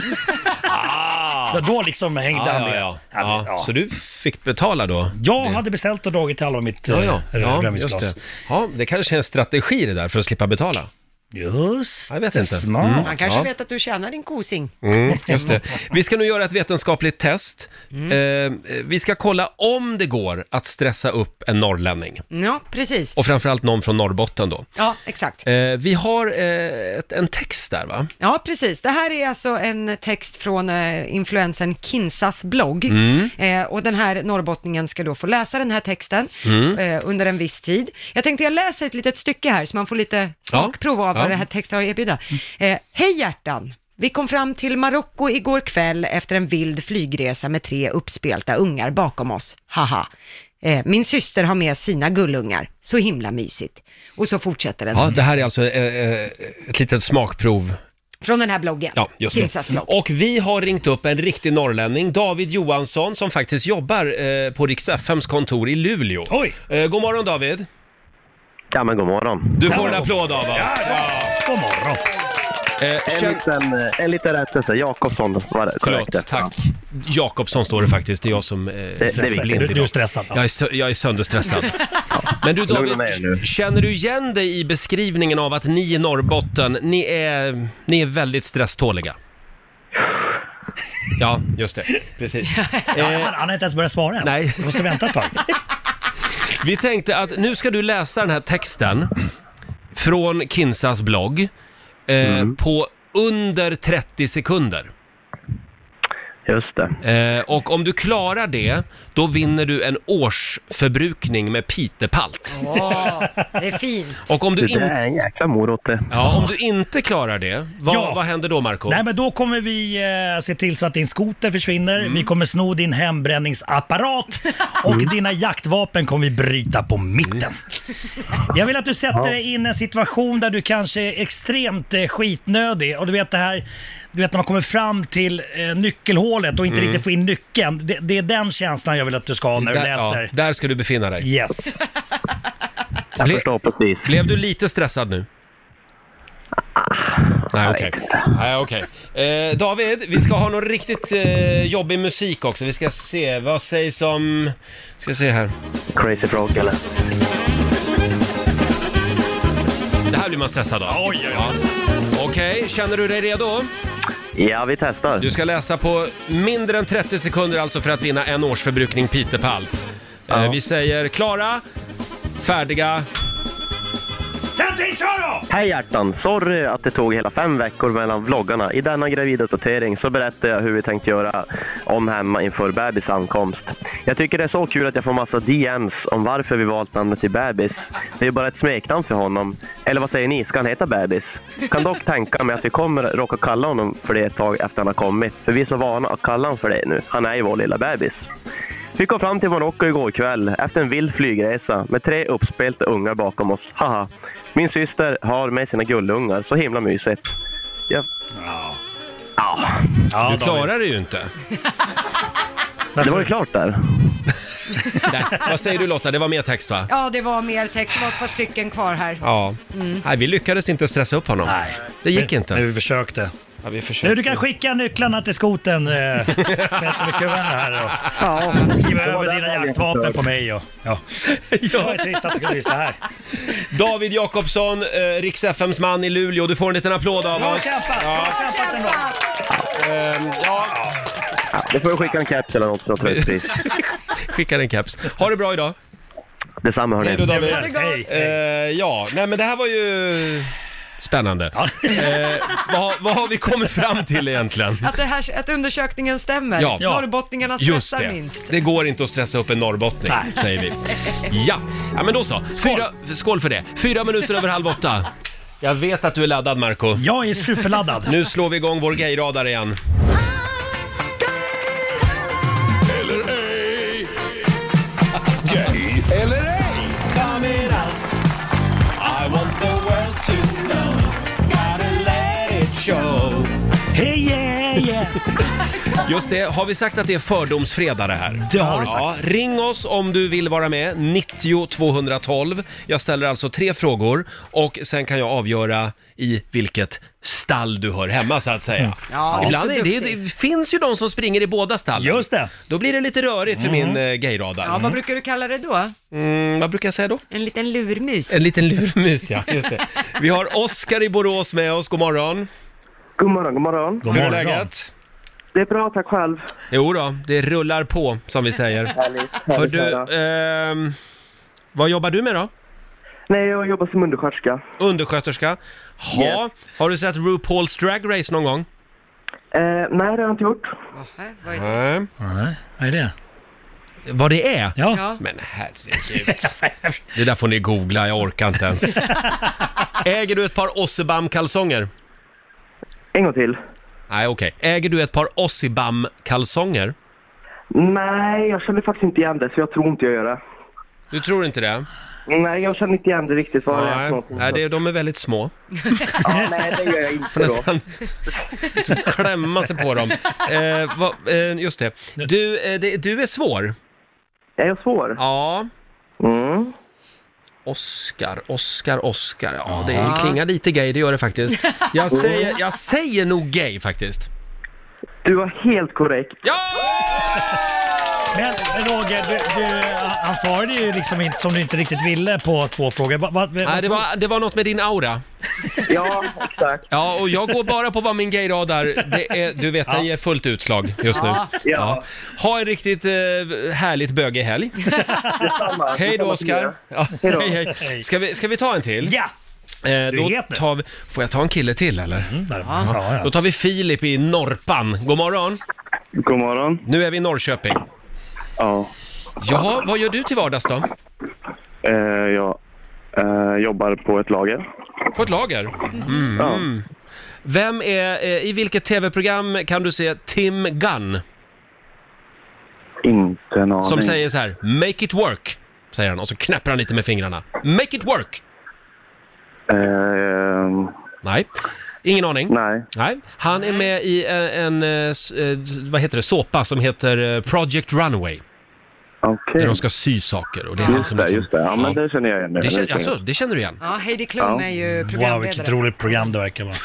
Speaker 6: Då, då liksom hängde
Speaker 1: Ja,
Speaker 6: han
Speaker 1: ja,
Speaker 6: med.
Speaker 1: ja.
Speaker 6: Ja,
Speaker 1: Ja. Så du fick betala då?
Speaker 6: Jag
Speaker 1: Det-
Speaker 6: hade beställt och dragit till halva mitt
Speaker 1: Ja, ja.
Speaker 6: eh,
Speaker 1: ja
Speaker 6: brännvinsglas.
Speaker 1: just det. Ja, det kanske är en strategi det där för att slippa betala.
Speaker 6: Just
Speaker 1: Jag vet inte.
Speaker 6: smart.
Speaker 1: Mm.
Speaker 2: Man kanske
Speaker 1: Ja.
Speaker 2: vet att du tjänar din kosing.
Speaker 1: Mm, just det. Vi ska nu göra ett vetenskapligt test. Eh, vi ska kolla om det går att stressa upp en norrlänning.
Speaker 2: Ja, precis.
Speaker 1: Och framförallt någon från Norrbotten då.
Speaker 2: Ja, exakt.
Speaker 1: Eh, vi har eh, ett, en text där, va?
Speaker 2: Ja, precis. Det här är alltså en text från eh, influensen Kinsas blogg.
Speaker 1: Mm.
Speaker 2: Eh, och den här norrbottningen ska då få läsa den här texten
Speaker 1: Mm.
Speaker 2: eh, under en viss tid. Jag tänkte jag läser ett litet stycke här så man får lite smakprov av
Speaker 1: Ja.
Speaker 2: vad det här texten har att erbjuda. Eh, Hej hjärtan! Vi kom fram till Marocko igår kväll efter en vild flygresa med tre uppspelta ungar bakom oss. Haha. Eh, min syster har med sina gullungar. Så himla mysigt. Och så fortsätter den.
Speaker 1: Ja, det här är alltså eh, ett litet smakprov.
Speaker 2: Från den här bloggen.
Speaker 1: Ja, just
Speaker 2: Kinsas
Speaker 1: det.
Speaker 2: blogg.
Speaker 1: Och vi har ringt upp en riktig norrlänning, David Johansson, som faktiskt jobbar eh, på Rix F M:s kontor i Luleå.
Speaker 6: Oj!
Speaker 1: Eh, god morgon, David.
Speaker 9: Ja, men god morgon.
Speaker 1: Du får en applåd av oss.
Speaker 6: Ja, ja. God morgon.
Speaker 1: Eh,
Speaker 9: En
Speaker 1: känn...
Speaker 9: liten, en liten rättelse. Jakobsson var det
Speaker 1: Förlåt,
Speaker 9: korrekt.
Speaker 1: tack. Jakobsson står det faktiskt, det är jag som eh, är stressblind
Speaker 6: Du, du är
Speaker 1: idag.
Speaker 6: stressad.
Speaker 1: Jag är, sö- jag är sönderstressad. Men du
Speaker 9: Lugna ner
Speaker 1: David,
Speaker 9: nu.
Speaker 1: känner du igen dig i beskrivningen av att ni i Norrbotten, ni är, ni är väldigt stresståliga? Ja, just det. Precis.
Speaker 6: Ja,
Speaker 1: Eh,
Speaker 6: han, han har inte ens börjat svara än.
Speaker 1: nej.
Speaker 6: Du måste vänta ett tag.
Speaker 1: Vi tänkte att nu ska du läsa den här texten från Kinsas blogg eh, mm. på under trettio sekunder.
Speaker 9: Just det.
Speaker 1: Eh, och om du klarar det, då vinner du en årsförbrukning med pitepalt.
Speaker 2: Åh, det är fint.
Speaker 1: Och om du
Speaker 9: Det är en jäkla morot det.
Speaker 1: Ja, om du inte klarar det, vad,
Speaker 6: Ja.
Speaker 1: vad händer då, Marco?
Speaker 6: Nej, men då kommer vi eh, se till så att din skoter försvinner. Vi kommer sno din hembränningsapparat och dina jaktvapen kommer vi bryta på mitten. Jag vill att du sätter dig in i en situation där du kanske är extremt eh, skitnödig. Och du vet det här, du vet när man kommer fram till eh, nyckelhålet och inte riktigt får in nyckeln. Det, det är den känslan jag vill att du ska ha när du
Speaker 1: där,
Speaker 6: läser.
Speaker 1: ja, där ska du befinna dig.
Speaker 6: Yes.
Speaker 9: Jag
Speaker 1: Ble-
Speaker 9: förstår precis.
Speaker 1: Blev du lite stressad nu? Nej, okej. Nej, okej. Eh, David, vi ska ha någon riktigt eh, jobbig musik också. Vi ska se, vad sägs om... Ska se här.
Speaker 9: Crazy Frog eller?
Speaker 1: Det här blir man stressad av.
Speaker 6: Oj, oj, oj.
Speaker 1: Ja. Okej, känner du dig redo?
Speaker 9: Ja, vi testar.
Speaker 1: Du ska läsa på mindre än trettio sekunder alltså för att vinna en årsförbrukning pitepalt.
Speaker 9: Ja.
Speaker 1: Eh, vi säger klara, färdiga...
Speaker 6: Tänting, kör då!
Speaker 9: Hej hjärtan! Sorry att det tog hela fem veckor mellan vloggarna. I denna graviduppdatering så berättar jag hur vi tänkt göra om hemma inför bebis ankomst. Jag tycker det är så kul att jag får massa D Ms om varför vi valt namnet till bebis. Det är bara ett smeknamn för honom. Eller vad säger ni? Ska han heta bebis? Kan dock tänka mig att vi kommer råka kalla honom för det ett tag efter han har kommit. För vi är så vana att kalla honom för det nu. Han är ju vår lilla bebis. Vi kom fram till Marocko igår kväll efter en vild flygresa med tre uppspelta ungar bakom oss. Haha. Min syster har med sina gullungar, så himla mysigt. Ja.
Speaker 6: Ja.
Speaker 9: Ja.
Speaker 6: Ja,
Speaker 1: Du klarar det ju inte.
Speaker 9: Det var ju klart där.
Speaker 1: Nej, vad säger du Lotta? Det var mer text va?
Speaker 2: Ja, det var mer text. Det var ett par stycken kvar här.
Speaker 1: Ja.
Speaker 2: Mm.
Speaker 1: Nej, vi lyckades inte stressa upp honom.
Speaker 6: Nej.
Speaker 1: Det gick
Speaker 6: Men,
Speaker 1: inte.
Speaker 6: Men vi försökte.
Speaker 1: Ja, vi
Speaker 6: Nu,
Speaker 1: försökte.
Speaker 6: du kan skicka nycklarna till skoten eh, med ett kuvert här och
Speaker 9: Ja.
Speaker 6: skriva
Speaker 9: Det var
Speaker 6: över
Speaker 9: den
Speaker 6: dina
Speaker 9: vägen
Speaker 6: jaktvapen
Speaker 9: förstås.
Speaker 6: på mig. Och, ja. Det var ju trist att det kunde bli så här.
Speaker 1: David Jakobsson, eh, Rix F M:s man i Luleå. Du får en liten applåd av
Speaker 6: Bra
Speaker 1: oss.
Speaker 6: kämpat! Bra kämpat ändå!
Speaker 1: Ehm, ja,
Speaker 9: Ja, det får jag skicka en caps eller något sånt pris.
Speaker 1: skicka en caps. Ha det bra idag.
Speaker 9: Detsamma hörni.
Speaker 1: Hej då David.
Speaker 6: Hej!
Speaker 1: Eh, ja, nej men det här var ju spännande.
Speaker 6: Ja.
Speaker 1: Eh, vad, vad har vi kommit fram till egentligen?
Speaker 2: Att, det här, att undersökningen stämmer.
Speaker 1: Ja.
Speaker 2: Norrbottningarna
Speaker 1: Just
Speaker 2: stressar
Speaker 1: det.
Speaker 2: minst.
Speaker 1: Det går inte att stressa upp en norrbottning,
Speaker 6: Nej.
Speaker 1: säger vi. Ja, ja men då så. Fyra, skål för det. Fyra minuter över halv åtta. Jag vet att du är laddad, Marco.
Speaker 6: Jag är superladdad.
Speaker 1: Nu slår vi igång vår gayradar igen.
Speaker 3: Eller ej. Gay eller ej.
Speaker 1: I want the world to know. Gotta let it show.
Speaker 6: Hej, yeah, yeah.
Speaker 1: Just det, har vi sagt att det är fördomsfredag det här?
Speaker 6: Det har vi sagt.
Speaker 1: Ja, ring oss om du vill vara med, nittio tvåhundratolv. Jag ställer alltså tre frågor och sen kan jag avgöra i vilket stall du hör hemma så att säga.
Speaker 2: Ja, du är
Speaker 1: Ibland
Speaker 2: så
Speaker 1: är det,
Speaker 2: duktig.
Speaker 1: det finns ju de som springer i båda stallen.
Speaker 6: Just det.
Speaker 1: Då blir det lite rörigt för min eh, gayradar.
Speaker 2: Ja, vad brukar du kalla det då?
Speaker 1: Mm, vad brukar jag säga då?
Speaker 2: En liten lurmus.
Speaker 1: En liten lurmus, ja. Just det. Vi har Oskar i Borås med oss, god morgon.
Speaker 9: God morgon, god morgon.
Speaker 6: God
Speaker 1: Hur är
Speaker 6: morgon.
Speaker 1: läget?
Speaker 9: Det är bra, tack själv.
Speaker 1: Jo då, det rullar på som vi säger.
Speaker 9: Härligt.
Speaker 1: Hör
Speaker 9: Härligt
Speaker 1: du,
Speaker 9: att höra.
Speaker 1: ehm, vad jobbar du med då?
Speaker 9: Nej, jag jobbar som undersköterska.
Speaker 1: Undersköterska. Ha,
Speaker 9: Yes.
Speaker 1: har du sett RuPaul's Drag Race någon gång?
Speaker 9: Eh, nej, det har jag inte gjort.
Speaker 2: Jaha, vad är det?
Speaker 1: Nej.
Speaker 6: Nej, vad är det?
Speaker 1: Vad det är?
Speaker 6: Ja.
Speaker 2: Ja.
Speaker 1: Men herregud. Det där får ni googla, jag orkar inte ens. Äger du ett par Ossibam-kalsonger?
Speaker 9: En gång till.
Speaker 1: Nej, okej. Äger du ett par Ossibam-kalsonger?
Speaker 9: Nej, jag känner faktiskt inte igen det, så jag tror inte jag gör det.
Speaker 1: Du tror inte det?
Speaker 9: Nej, jag känner inte igen det riktigt vad det är för
Speaker 1: Nej,
Speaker 9: någonting.
Speaker 1: Nej det, de är väldigt små.
Speaker 9: Ja, nej, det gör jag inte
Speaker 1: Får
Speaker 9: då.
Speaker 1: nästan så klämma sig på dem. Eh, vad, eh, just det. Du, eh, det. Du är svår.
Speaker 9: Är jag svår?
Speaker 1: Ja.
Speaker 9: Mm.
Speaker 1: Oscar, Oscar, Oscar. Ja, det klingar lite gay, det gör det faktiskt. Jag säger, jag säger nog gay faktiskt.
Speaker 9: Du var helt korrekt.
Speaker 1: Ja!
Speaker 6: Men Roger, du, du, han svarade ju liksom inte som du inte riktigt ville på två frågor. Va, va, va,
Speaker 1: Nej, det var, det var något med din aura.
Speaker 9: Ja, exakt.
Speaker 1: Ja, och jag går bara på vad min gayradar, det är, du vet, den ger fullt utslag just nu.
Speaker 9: Ja.
Speaker 1: Ha en riktigt eh, härligt bögig helg.
Speaker 9: Detsamma.
Speaker 1: Hej då,
Speaker 9: Detsamma till er.
Speaker 1: Oskar. Ja,
Speaker 9: Hej då.
Speaker 1: hej, hej. Ska vi, ska vi ta en till?
Speaker 6: Ja!
Speaker 1: Eh, då tar vi, får jag ta en kille till eller?
Speaker 6: Mm, ja. Ja, ja.
Speaker 1: Då tar vi Filip i Norpan. God morgon.
Speaker 8: God morgon.
Speaker 1: Nu är vi i Norrköping.
Speaker 8: Ja.
Speaker 1: Jaha, vad gör du till vardags då?
Speaker 8: Eh, jag eh, jobbar på ett lager.
Speaker 1: På ett lager? Mm.
Speaker 8: Ja.
Speaker 1: Vem är, eh, i vilket tv-program kan du se Tim Gunn?
Speaker 8: Inte en aning.
Speaker 1: Som säger så här: make it work, säger han, och så knäpper han lite med fingrarna. Make it work!
Speaker 8: Eh,
Speaker 1: Nej, ingen aning.
Speaker 8: Nej.
Speaker 1: Nej. Han är med i en, en, en vad heter det, såpa som heter Project Runway.
Speaker 8: Okej.
Speaker 1: Där de ska sy saker. Och det är han
Speaker 8: Just
Speaker 1: som
Speaker 8: det,
Speaker 1: liksom,
Speaker 8: just det. Ja, men det känner jag igen.
Speaker 1: Det, känner, alltså, det känner du igen?
Speaker 2: Ja, Heidi Klum
Speaker 8: Ja.
Speaker 2: är ju
Speaker 6: Wow,
Speaker 2: programledare.
Speaker 6: vilket roligt program det verkar vara.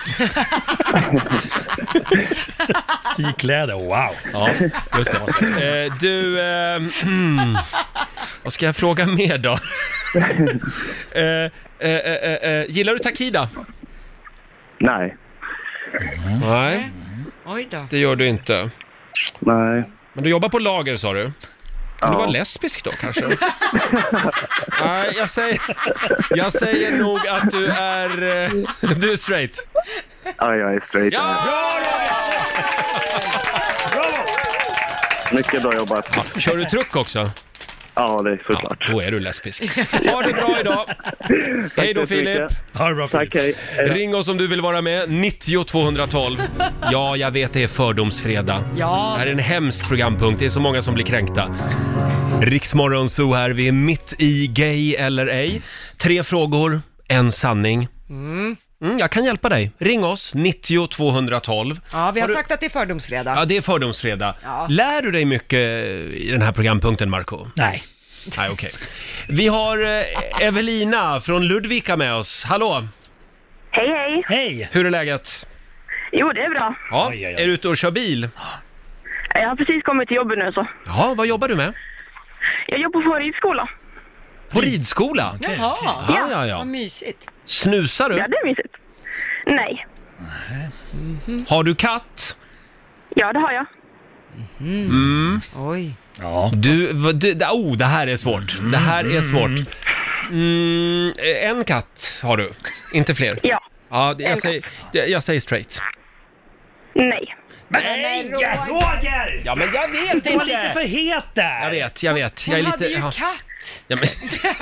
Speaker 6: Sykläder, wow.
Speaker 1: Ja, just det. Eh, du, eh, mm, vad ska jag fråga mer då? eh, eh, eh, eh, gillar du Takida?
Speaker 8: Nej.
Speaker 1: Mm. Nej,
Speaker 2: Oj då.
Speaker 1: det gör du inte.
Speaker 8: Nej.
Speaker 1: Men du jobbar på lager, sa du? Kan du
Speaker 8: Ja.
Speaker 1: vara lesbisk då kanske? Nej, jag säger, jag säger nog att du är, eh, du är straight.
Speaker 8: Ja, jag är straight.
Speaker 1: Ja!
Speaker 8: Mycket bra jobbat.
Speaker 1: Ja, kör du truck också?
Speaker 8: Ja, det är såklart.
Speaker 1: Ja, då är du lesbisk. Ha det bra idag. Hej då Filip.
Speaker 6: Ha det bra,
Speaker 8: Tack,
Speaker 6: Filip.
Speaker 8: hej.
Speaker 1: Ring oss om du vill vara med. nittio tvåhundratolv. Ja, jag vet det är fördomsfredag.
Speaker 2: Ja.
Speaker 1: Det här är en hemsk programpunkt. Det är så många som blir kränkta. Riksmorgon så här. Vi är mitt i gay eller ej. Tre frågor, en sanning. Mm. Mm, jag kan hjälpa dig. Ring oss, nittio tvåhundratolv.
Speaker 2: Ja, vi har,
Speaker 1: Har du-
Speaker 2: sagt att det är fördomsfredag.
Speaker 1: Ja, det är fördomsfredag.
Speaker 2: Ja.
Speaker 1: Lär du dig mycket i den här programpunkten, Marco?
Speaker 6: Nej.
Speaker 1: Nej, okej. Vi har eh, Evelina från Ludvika med oss. Hallå!
Speaker 7: Hej, hej.
Speaker 6: Hej!
Speaker 1: Hur är läget?
Speaker 7: Jo, det är bra.
Speaker 1: Ja,
Speaker 6: Oj, oj, oj.
Speaker 1: är du ute och kör bil?
Speaker 7: Jag har precis kommit till jobbet nu så.
Speaker 1: Ja, vad jobbar du med?
Speaker 7: Jag jobbar på ridskola.
Speaker 1: På ridskola?
Speaker 2: Jaha,
Speaker 1: Ja, ja, ja.
Speaker 2: vad mysigt.
Speaker 1: Snusar
Speaker 7: Ja,
Speaker 1: du?
Speaker 7: det är mysigt. Nej.
Speaker 1: Har du katt?
Speaker 7: Ja, det har jag.
Speaker 1: Mm.
Speaker 2: Oj.
Speaker 6: Ja.
Speaker 1: Du, vad- du, oh, det här är svårt. Det här är svårt. Mm, en katt har du, inte fler?
Speaker 7: Ja.
Speaker 1: Ja, det- jag
Speaker 7: En
Speaker 1: säger, det- jag säger straight.
Speaker 7: Nej.
Speaker 6: Nej, Roger!
Speaker 1: Ja, men jag vet
Speaker 6: Du var lite
Speaker 1: inte!
Speaker 6: för het där.
Speaker 1: Jag vet, jag vet. Jag
Speaker 2: Hon
Speaker 1: är
Speaker 2: hade
Speaker 1: lite...
Speaker 2: ju
Speaker 1: ja.
Speaker 2: katt.
Speaker 1: Ja, men...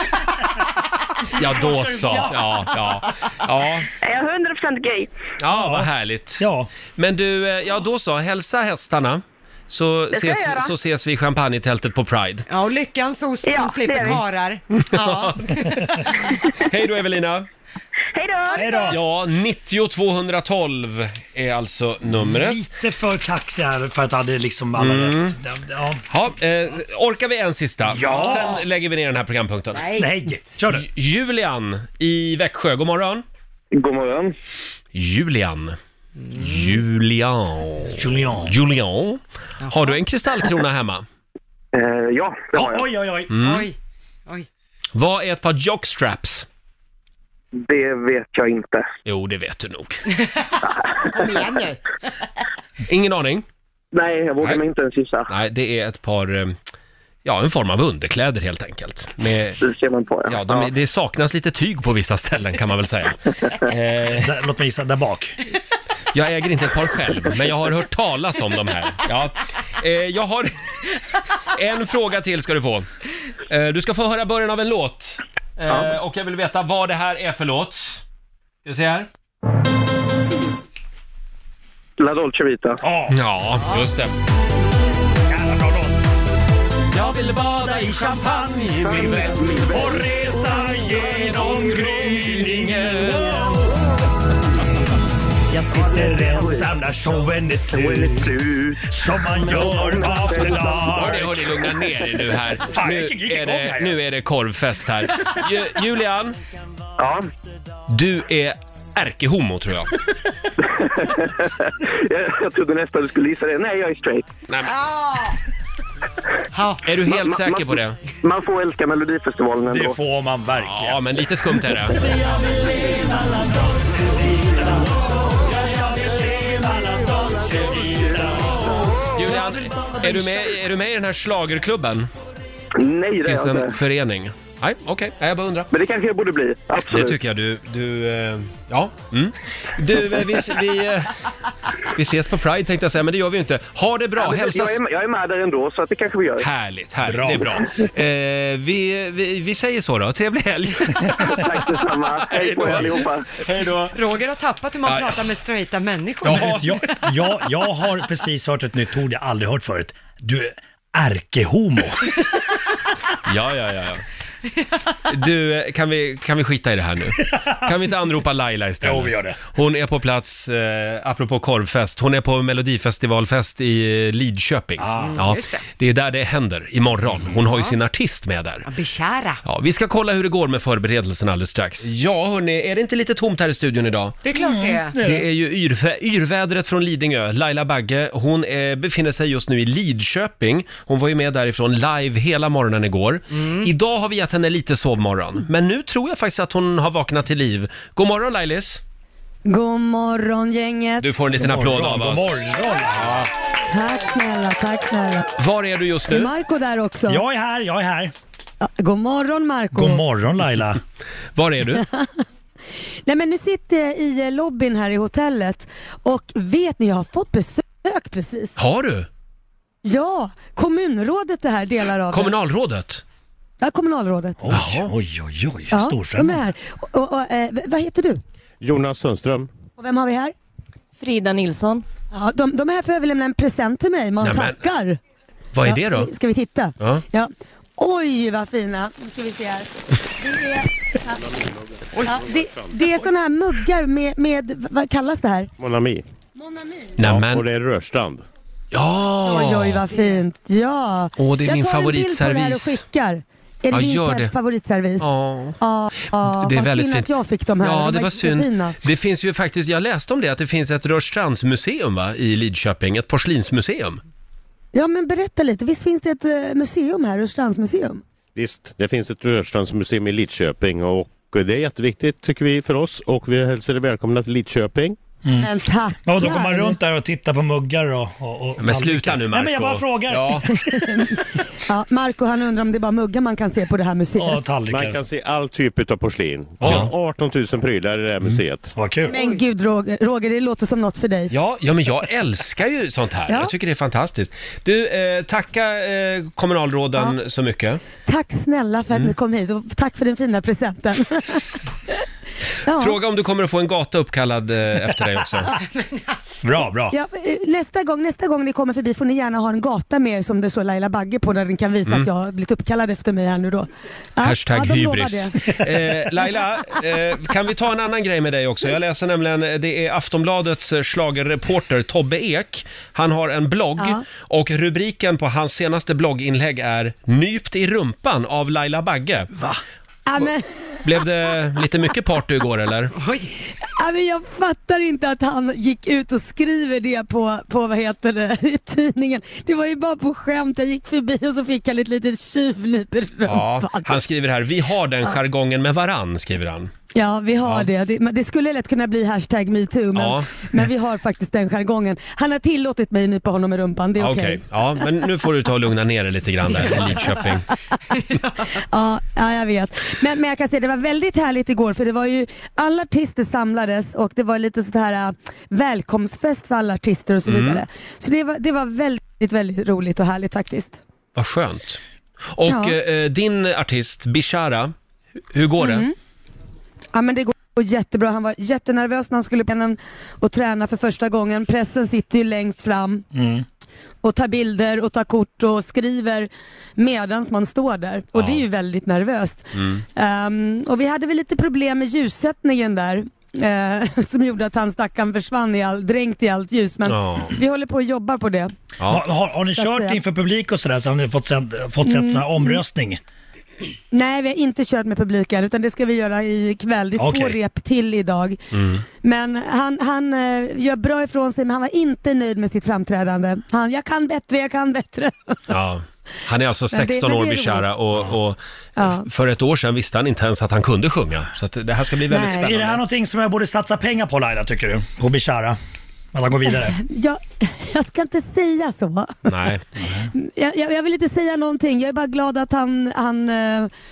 Speaker 1: ja, då så. Ja, ja. Ja,
Speaker 7: Jag är hundra procent gay.
Speaker 1: ja vad härligt.
Speaker 6: Ja.
Speaker 1: Men du, eh, ja då så. Hälsa hästarna. Så
Speaker 7: ska jag
Speaker 1: ses,
Speaker 7: göra.
Speaker 1: så ses vi i champagnetältet på Pride.
Speaker 2: Ja, och lyckans ost
Speaker 7: Ja,
Speaker 2: som
Speaker 7: det
Speaker 2: slipper
Speaker 7: är vi.
Speaker 2: karar. Ja.
Speaker 1: Hej då Evelina.
Speaker 7: Hej då!
Speaker 6: Hej då.
Speaker 1: Ja, nittio tvåhundratolv är alltså numret.
Speaker 6: Lite för kaxig här för att jag hade liksom alla
Speaker 1: Mm.
Speaker 6: rätt. Ja.
Speaker 1: Ja, eh, orkar vi en sista?
Speaker 6: Ja.
Speaker 1: Sen lägger vi ner den här programpunkten.
Speaker 2: Nej.
Speaker 6: Nej, kör du.
Speaker 1: Julian i Växjö, god morgon.
Speaker 8: God morgon.
Speaker 1: Julian. Julian.
Speaker 6: Julian.
Speaker 1: Julian. Har du en kristallkrona hemma?
Speaker 8: Eh, ja, det har jag.
Speaker 6: Oj, oj, oj.
Speaker 1: Mm.
Speaker 2: Oj. Oj.
Speaker 1: Vad är ett par jockstraps?
Speaker 8: Det vet jag inte.
Speaker 1: Jo, det vet du nog.
Speaker 2: Kom igen nu.
Speaker 1: Ingen aning?
Speaker 8: Nej, jag vågar
Speaker 1: Nej.
Speaker 8: mig inte ens gissa.
Speaker 1: Nej, det är ett par, eh, ja, en form av underkläder helt enkelt. Med,
Speaker 8: Det ser man på, ja.
Speaker 1: ja, de, det saknas lite tyg på vissa ställen kan man väl säga. Eh,
Speaker 6: Där, låt mig gissa, där bak.
Speaker 1: jag äger inte ett par själv, men jag har hört talas om de här. Ja. Eh, jag har en fråga till ska du få. Eh, du ska få höra början av en låt. Eh, och jag vill veta vad det här är för låt. Ska vi se här?
Speaker 8: La Dolce Vita.
Speaker 6: Ja,
Speaker 1: Ja, just det.
Speaker 6: jävla bra låt.
Speaker 1: Jag vill bada i champagne min vän och resa genom gryningen.
Speaker 6: Jag sitter ensam när showen är slut. Som man gör after dark.
Speaker 1: Hörni, hörni, lugna ner er nu här.
Speaker 6: Fan,
Speaker 1: Nu
Speaker 6: vilken- vilken
Speaker 1: är
Speaker 6: gång
Speaker 1: det,
Speaker 6: här,
Speaker 1: nu är det korvfest här. Ju, Julian,
Speaker 8: Ja.
Speaker 1: du är ärkehomo tror jag.
Speaker 8: jag, jag trodde nästan du skulle gissa det. Nej, jag är straight.
Speaker 1: Nej, men,
Speaker 2: Ja.
Speaker 1: är du helt
Speaker 8: Ma- ma-
Speaker 1: säker
Speaker 8: ma-
Speaker 1: på det?
Speaker 8: Man får älska Melodifestivalen ändå.
Speaker 6: Det får man verkligen.
Speaker 1: Ja, men lite skumt är det. Julian, är du med, är du med i den här schlagerklubben?
Speaker 8: Nej, det
Speaker 1: Det finns
Speaker 8: är jag
Speaker 1: en
Speaker 8: inte.
Speaker 1: förening. Nej, okej. Okay. Jag bara undrar.
Speaker 8: Men det kanske jag borde bli. Absolut.
Speaker 1: Det tycker jag. Du, du eh, ja. Mm. Du, eh, vi, vi, eh, vi ses på Pride tänkte jag säga, men det gör vi ju inte. Ha det bra.
Speaker 8: Ja,
Speaker 1: Hälsas...
Speaker 8: jag, är, jag är med där ändå, så att det kanske vi gör.
Speaker 1: Härligt, härligt.
Speaker 6: Bra.
Speaker 1: Det är bra. Eh, vi, vi, vi säger så då. Trevlig helg.
Speaker 8: Tack detsamma. Hej på er allihopa.
Speaker 1: Hej då.
Speaker 2: Roger har tappat hur man
Speaker 1: Ja, ja.
Speaker 2: pratar med straighta människor.
Speaker 6: Ja, men jag, jag, jag har precis hört ett nytt ord jag aldrig hört förut. Du är ärkehomo.
Speaker 1: Ja, ja, ja, ja. Du, kan vi, kan vi skita i det här nu? Kan vi inte anropa Laila istället?
Speaker 6: Jo, vi gör det.
Speaker 1: Hon är på plats, eh, apropå korvfest, hon är på Melodifestivalfest i Lidköping.
Speaker 6: Ah,
Speaker 1: ja,
Speaker 2: just det.
Speaker 1: det är där det händer imorgon. Hon har ju sin artist med där.
Speaker 2: Ja, Bishara.
Speaker 1: Ja, vi ska kolla hur det går med förberedelsen alldeles strax. Ja, hörni, är det inte lite tomt här i studion idag?
Speaker 2: Det är klart det är.
Speaker 1: Det är ju yrvä- yrvädret från Lidingö. Laila Bagge, hon eh, befinner sig just nu i Lidköping. Hon var ju med därifrån live hela morgonen igår. Idag har vi gett henne lite sovmorgon. Men nu tror jag faktiskt att hon har vaknat till liv. God morgon Lailis.
Speaker 4: God morgon gänget.
Speaker 1: Du får en liten applåd av
Speaker 6: God
Speaker 1: oss.
Speaker 6: morgon.
Speaker 1: Ja.
Speaker 4: Tack snälla, tack snälla.
Speaker 1: Var är du just
Speaker 4: Är
Speaker 1: nu?
Speaker 4: Marco där också?
Speaker 6: Jag är här, jag är här.
Speaker 4: Ja, god morgon Marco.
Speaker 6: God morgon Laila.
Speaker 1: Var är du?
Speaker 4: Nej men nu sitter jag i lobbyn här i hotellet och vet ni, jag har fått besök precis.
Speaker 1: Har du?
Speaker 4: Ja, kommunrådet det här delar av det.
Speaker 1: Kommunalrådet?
Speaker 4: Ja, kommunalrådet.
Speaker 6: Oj, oj, oj, oj.
Speaker 4: Ja,
Speaker 6: Storfrämmande.
Speaker 4: de är här. Och, och, och, eh, vad heter du?
Speaker 10: Jonas Sundström.
Speaker 4: Och vem har vi här?
Speaker 11: Frida Nilsson.
Speaker 4: Ja, de, de är här för att överlämna en present till mig. Man
Speaker 1: Nej, men-
Speaker 4: tackar.
Speaker 1: Vad är
Speaker 4: Ja,
Speaker 1: det då?
Speaker 4: ska vi- Ska vi titta?
Speaker 1: Ja.
Speaker 4: Ja. Oj, vad fina. Nu ska vi se här. Det är, ja, ja, det, det är såna här muggar med, med, vad kallas det här?
Speaker 10: Monami.
Speaker 4: Monami.
Speaker 1: Nämen.
Speaker 10: Och det är rörstrand.
Speaker 1: Ja!
Speaker 4: Oj, oj, vad fint. Ja.
Speaker 1: Åh, det är
Speaker 4: jag
Speaker 1: min
Speaker 4: tar en bild på det här och
Speaker 1: favoritservis.
Speaker 4: skickar. Är det
Speaker 1: Ja,
Speaker 4: din
Speaker 1: gör det.
Speaker 4: favoritservis?
Speaker 1: Ja.
Speaker 4: Ja, ja,
Speaker 1: Det är
Speaker 4: vad
Speaker 1: väldigt
Speaker 4: synd
Speaker 1: fint.
Speaker 4: att jag fick de här.
Speaker 1: Ja,
Speaker 4: De
Speaker 1: det var synd.
Speaker 4: jättefina.
Speaker 1: Det finns ju faktiskt, jag läste om det, att det finns ett Rörstrandsmuseum va, i Lidköping, ett porslinsmuseum.
Speaker 4: Ja, men berätta lite. Visst finns det ett uh, museum här, Rörstrandsmuseum?
Speaker 10: Visst, det finns ett rörstrandsmuseum i Lidköping och det är jätteviktigt tycker vi för oss och vi hälsar er välkomna till Lidköping.
Speaker 6: Mm.
Speaker 4: Men tack.
Speaker 6: Ja, då går man runt där och tittar på muggar och, och, och
Speaker 1: Men sluta nu Marco.
Speaker 6: Nej, men jag bara frågar.
Speaker 1: Ja.
Speaker 4: Ja, Marco han undrar om det är bara muggar man kan se på det här museet.
Speaker 6: Ja, tallrikar.
Speaker 10: Man kan se all typ av porslin.
Speaker 1: Ja.
Speaker 10: Vi har arton tusen prylar i det här museet.
Speaker 6: Vad kul.
Speaker 4: Men gud Roger, Roger, det låter som något för dig.
Speaker 1: Ja, ja, men jag älskar ju sånt här.
Speaker 4: Ja.
Speaker 1: Jag tycker det är fantastiskt. Du, eh, tacka eh, kommunalråden så mycket.
Speaker 4: Tack snälla för att
Speaker 1: Mm.
Speaker 4: ni kom hit och tack för den fina presenten. Ja.
Speaker 1: Fråga om du kommer att få en gata uppkallad eh, efter dig också.
Speaker 6: Bra, bra.
Speaker 4: Ja, eh, nästa, gång, nästa gång ni kommer förbi får ni gärna ha en gata med er som det står Laila Bagge på där ni kan visa
Speaker 1: Mm.
Speaker 4: att jag har blivit uppkallad efter mig här nu då. Ja,
Speaker 1: Hashtag
Speaker 4: ja, de lovar
Speaker 1: hybris.
Speaker 4: det.
Speaker 1: Eh, Laila, eh, kan vi ta en annan grej med dig också? Jag läser nämligen, det är Aftonbladets eh, schlagerreporter Tobbe Ek. Han har en blogg
Speaker 4: Ja.
Speaker 1: och rubriken på hans senaste blogginlägg är Nypt i rumpan av Laila Bagge. Va?
Speaker 4: Ja, men,
Speaker 1: Blev det lite mycket party igår eller?
Speaker 4: ja, men jag fattar inte att han gick ut och skriver det på, på vad heter det, i tidningen. Det var ju bara på skämt. Jag gick förbi och så fick han ett litet tjuvnyp i rumpan.
Speaker 1: Ja, han skriver här, vi har den jargongen med varann, skriver han.
Speaker 4: Ja, vi har
Speaker 1: Ja.
Speaker 4: det. det. men Det skulle lätt kunna bli hashtag metoo, men,
Speaker 1: Ja.
Speaker 4: men vi har faktiskt den jargongen. Han har tillåtit mig nypa honom i rumpan, det är
Speaker 1: Ja,
Speaker 4: okej.
Speaker 1: okej. Ja, men nu får du ta och lugna ner dig lite grann där i Lidköping.
Speaker 4: Ja, ja, jag vet. Men, men jag kan säga det var väldigt härligt igår för det var ju alla artister samlades och det var lite sån här äh, välkomstfest för alla artister och så
Speaker 1: Mm.
Speaker 4: vidare. Så det var, det var väldigt, väldigt roligt och härligt faktiskt.
Speaker 1: Vad skönt. Och
Speaker 4: Ja.
Speaker 1: eh, din artist, Bishara, hur går det?
Speaker 4: Mm. Ja, men det går jättebra. Han var jättenervös när han skulle på scenen och träna för första gången. Pressen sitter ju längst fram.
Speaker 6: Mm.
Speaker 4: Och tar bilder och tar kort och skriver medans man står där. Och
Speaker 1: Ja.
Speaker 4: det är ju väldigt nervöst.
Speaker 1: Mm.
Speaker 4: Um, och vi hade väl lite problem med ljussättningen där. eh, som gjorde att han stackaren försvann i all, dränkt i allt ljus. Men
Speaker 1: Ja.
Speaker 4: vi håller på att jobba på det.
Speaker 1: Ja.
Speaker 6: Har, har, har ni
Speaker 4: Så att
Speaker 6: kört
Speaker 4: säga.
Speaker 6: inför publik och sådär så har ni fått sett, fått sett
Speaker 4: Mm.
Speaker 6: sån här omröstning?
Speaker 4: Nej, vi har inte kört med publiken utan det ska vi göra ikväll. Det är
Speaker 6: Okej.
Speaker 4: två rep till idag.
Speaker 1: Mm.
Speaker 4: Men han, han eh, gör bra ifrån sig men han var inte nöjd med sitt framträdande. Han, jag kan bättre, jag kan bättre.
Speaker 1: Ja. Han är alltså
Speaker 4: Men det-
Speaker 1: sexton
Speaker 4: men det
Speaker 1: år,
Speaker 4: är
Speaker 1: Bishara, och, och
Speaker 4: Ja.
Speaker 1: för ett år sedan visste han inte ens att han kunde sjunga. Så att det här ska bli väldigt
Speaker 4: Nej.
Speaker 1: spännande.
Speaker 6: Är det här någonting som jag borde satsa pengar på, Laila, tycker du? På Bishara? Att han går vidare?
Speaker 4: Jag, jag ska inte säga så.
Speaker 1: Nej.
Speaker 4: Jag, jag, jag vill inte säga någonting. Jag är bara glad att han, han, eh,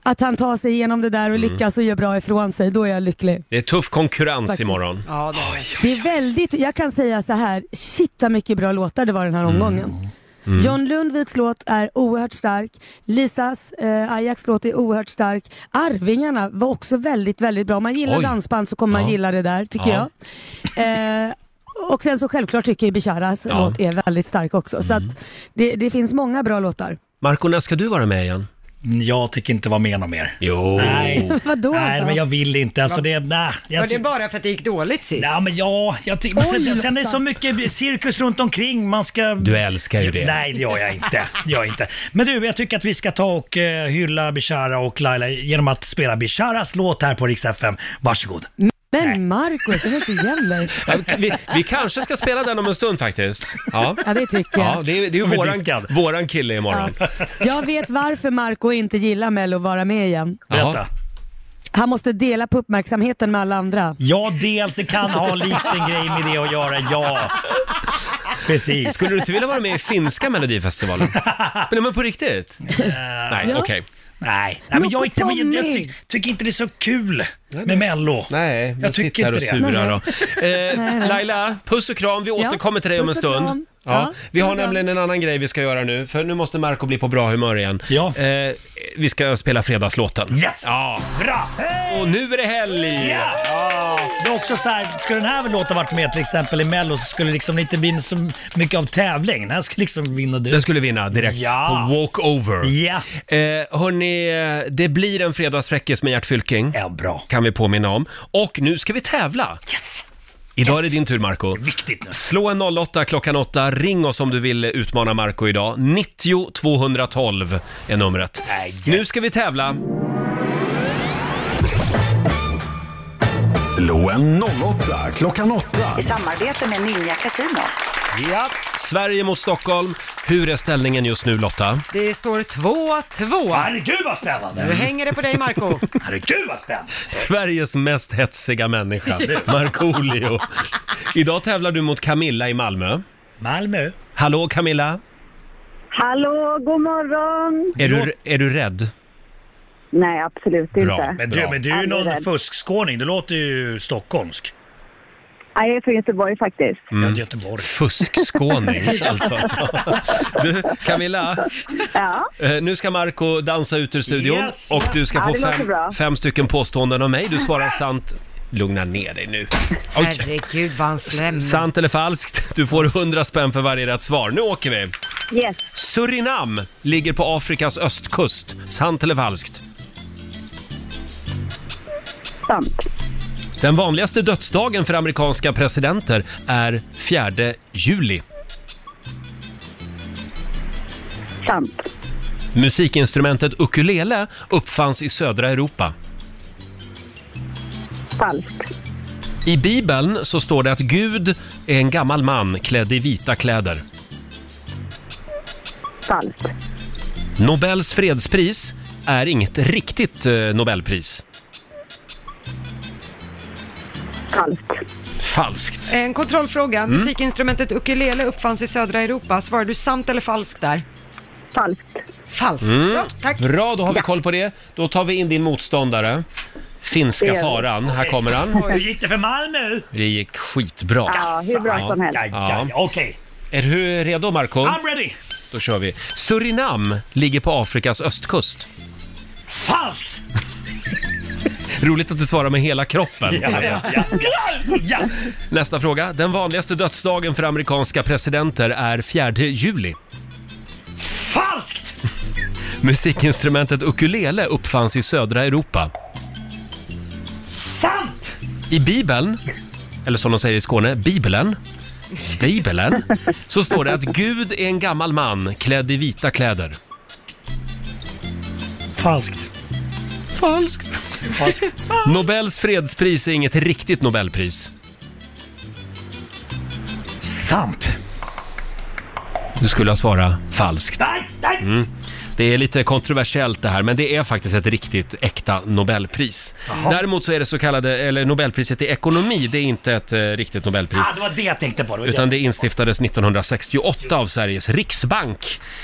Speaker 4: att han tar sig igenom det där och
Speaker 1: Mm.
Speaker 4: lyckas och gör bra ifrån sig, då är jag lycklig.
Speaker 1: Det är tuff konkurrens
Speaker 4: Faktiskt.
Speaker 1: imorgon.
Speaker 2: Ja, det är det.
Speaker 4: Det är väldigt, jag kan säga så här, shit vad mycket bra låtar det var den här omgången.
Speaker 1: Mm.
Speaker 4: John Lundviks låt är oerhört stark. Lisas, eh, Ajax låt är oerhört stark. Arvingarna var också väldigt, väldigt bra. Om man gillar
Speaker 1: Oj.
Speaker 4: dansband så kommer man
Speaker 1: Ja.
Speaker 4: gilla det där, tycker
Speaker 1: Ja.
Speaker 4: jag. Eh, och sen så självklart tycker jag Bisharas
Speaker 1: Ja.
Speaker 4: låt är väldigt stark också. Så att det, det finns många bra låtar.
Speaker 1: Marco, när ska du vara med igen?
Speaker 6: Jag tycker inte vara med någon mer.
Speaker 1: Jo.
Speaker 6: Nej,
Speaker 4: Vadå
Speaker 6: nej
Speaker 4: då?
Speaker 6: men jag vill inte. Alltså det, nej, jag
Speaker 2: Var det
Speaker 6: ty-
Speaker 2: bara för att det gick dåligt sist?
Speaker 6: Ja, men ja, jag tycker, men sen,
Speaker 4: Oj,
Speaker 6: sen är det
Speaker 4: Lotta.
Speaker 6: så mycket cirkus runt omkring. Man ska...
Speaker 1: Du älskar ju det.
Speaker 6: Nej, det gör jag inte. Det gör jag inte. Men du, jag tycker att vi ska ta och uh, hylla Bishara och Laila genom att spela Bisharas låt här på Rix F M. Varsågod.
Speaker 4: Men Marcus, det är inte gäller.
Speaker 1: Ja, vi, vi kanske ska spela den om en stund faktiskt. Ja,
Speaker 4: Ja, det tycker jag.
Speaker 1: ja det, är, det är ju
Speaker 6: Men
Speaker 1: våran,
Speaker 6: diskad.
Speaker 1: våran kille imorgon.
Speaker 4: Jag vet varför Marco inte gillar Mello att vara med igen.
Speaker 6: Berätta.
Speaker 1: Ja.
Speaker 4: Han måste dela på uppmärksamheten med alla andra.
Speaker 6: Ja, dels det kan ha en liten grej med det att göra, ja. Precis.
Speaker 1: Skulle du inte vilja vara med i finska melodifestivalen? Men, men på riktigt? Nej,
Speaker 4: Ja.
Speaker 1: okej.
Speaker 6: Nej, nej men jag, är inte, men jag, jag
Speaker 4: Tommy.
Speaker 6: ty, tycker inte det är så kul med Mello.
Speaker 1: Nej, vi
Speaker 6: Jag tycker
Speaker 1: sitter här och
Speaker 6: inte det.
Speaker 1: surar då.
Speaker 4: Nej,
Speaker 1: Eh,
Speaker 4: nej.
Speaker 1: Laila, puss och kram. Vi
Speaker 4: Ja,
Speaker 1: återkommer till dig om en
Speaker 4: puss och
Speaker 1: stund.
Speaker 4: kram.
Speaker 1: Ja.
Speaker 4: Ja,
Speaker 1: Vi har
Speaker 4: puss och kram.
Speaker 1: nämligen en annan grej vi ska göra nu, för nu måste Marco bli på bra humör igen.
Speaker 6: Ja.
Speaker 1: Eh, vi ska spela fredagslåten.
Speaker 6: Yes!
Speaker 1: Ja.
Speaker 6: Bra! Hej!
Speaker 1: Och nu är det helg!
Speaker 6: Ja! Det är också så här, skulle den här låten varit med till exempel i Mello så skulle det liksom inte bli så mycket av tävling. Den här skulle liksom vinna
Speaker 1: Den
Speaker 6: direkt.
Speaker 1: skulle vinna direkt
Speaker 6: Ja.
Speaker 1: på walkover.
Speaker 6: Ja.
Speaker 1: Eh, hörni, eh, det blir en fredagsfräckis med Gert Fylking.
Speaker 6: Ja, bra.
Speaker 1: Kan vi påminna om. Och nu ska vi tävla.
Speaker 6: Yes!
Speaker 1: Idag är det din tur, Marco.
Speaker 6: Viktigt nu.
Speaker 1: Slå en noll åtta klockan åtta. Ring oss om du vill utmana Marco idag. nittio tvåhundratolv är numret.
Speaker 6: Nej.
Speaker 1: Nu ska vi tävla.
Speaker 3: Slå en noll åtta klockan åtta.
Speaker 12: I samarbete med Ninja Casino.
Speaker 1: Ja. Sverige mot Stockholm. Hur är ställningen just nu, Lotta?
Speaker 2: Det står två två.
Speaker 6: Herregud vad spännande!
Speaker 2: Nu hänger det på dig, Marco.
Speaker 6: Herregud vad spännande!
Speaker 1: Sveriges mest hetsiga människa, Markoolio. Idag tävlar du mot Camilla i Malmö.
Speaker 6: Malmö.
Speaker 1: Hallå Camilla,
Speaker 7: Hallå, god morgon.
Speaker 1: är du, är du rädd?
Speaker 7: Nej, absolut
Speaker 1: Bra.
Speaker 7: inte.
Speaker 6: Men du,
Speaker 1: Bra.
Speaker 6: men du är ju
Speaker 7: Aldrig
Speaker 6: någon
Speaker 7: rädd.
Speaker 6: fuskskåning. Du låter ju stockholmsk.
Speaker 7: Jag är från Göteborg faktiskt.
Speaker 6: Mm. Ja, Göteborg.
Speaker 1: Fuskskåning alltså. Du, Camilla,
Speaker 7: Ja.
Speaker 1: eh, nu ska Marco dansa ut ur studion
Speaker 6: Yes.
Speaker 1: och du ska
Speaker 7: Ja,
Speaker 1: få
Speaker 7: det låter
Speaker 1: fem,
Speaker 7: bra.
Speaker 1: fem stycken påståenden av mig. Du svarar sant. Lugna ner dig nu. Oj.
Speaker 2: Herregud vad han slämmer.
Speaker 1: Sant eller falskt? Du får hundra spänn för varje rätt svar. Nu åker vi.
Speaker 7: Yes.
Speaker 1: Surinam ligger på Afrikas östkust. Sant eller falskt?
Speaker 7: Sant.
Speaker 1: Den vanligaste dödsdagen för amerikanska presidenter är fjärde juli.
Speaker 7: Sant.
Speaker 1: Musikinstrumentet ukulele uppfanns i södra Europa.
Speaker 7: Falskt.
Speaker 1: I Bibeln så står det att Gud är en gammal man klädd i vita kläder.
Speaker 7: Falskt.
Speaker 1: Nobels fredspris är inget riktigt eh, Nobelpris.
Speaker 7: Falskt.
Speaker 1: Falskt.
Speaker 2: En kontrollfråga.
Speaker 1: Mm.
Speaker 2: Musikinstrumentet ukulele uppfanns i södra Europa. Svarar du sant eller falskt där?
Speaker 7: Falskt.
Speaker 2: Falskt.
Speaker 1: Mm.
Speaker 2: Bra, tack.
Speaker 1: Bra, då har vi koll på det. Då tar vi in din motståndare. Finska
Speaker 7: Det gör vi.
Speaker 1: faran. Här kommer han.
Speaker 6: Hur gick det för Malmö?
Speaker 1: Det gick skitbra.
Speaker 7: Ja, hur bra som helst.
Speaker 6: Ja, ja, ja. Okej.
Speaker 1: Är du redo, Marco?
Speaker 6: I'm ready.
Speaker 1: Då kör vi. Surinam ligger på Afrikas östkust.
Speaker 6: Falskt!
Speaker 1: Roligt att du svarar med hela kroppen.
Speaker 6: Ja, ja, ja, ja, ja.
Speaker 1: Nästa fråga. Den vanligaste dödsdagen för amerikanska presidenter är fjärde juli.
Speaker 6: Falskt!
Speaker 1: Musikinstrumentet ukulele uppfanns i södra Europa.
Speaker 6: Sant!
Speaker 1: I Bibeln, eller som de säger i Skåne, Bibeln, Bibeln, så står det att Gud är en gammal man klädd i vita kläder.
Speaker 6: Falskt.
Speaker 1: Falskt.
Speaker 6: Falskt.
Speaker 1: Nobels fredspris är inget riktigt Nobelpris.
Speaker 6: Sant.
Speaker 1: Du skulle ha svarat falskt.
Speaker 6: Nej, nej.
Speaker 1: Mm. Det är lite kontroversiellt det här, men det är faktiskt ett riktigt äkta Nobelpris.
Speaker 6: Jaha.
Speaker 1: Däremot så är det så kallade, eller Nobelpriset i ekonomi, det är inte ett eh, riktigt Nobelpris.
Speaker 6: Ah, det var det jag tänkte på. Det var
Speaker 1: Utan
Speaker 6: det.
Speaker 1: det instiftades nittonhundrasextioåtta av Sveriges riksbank.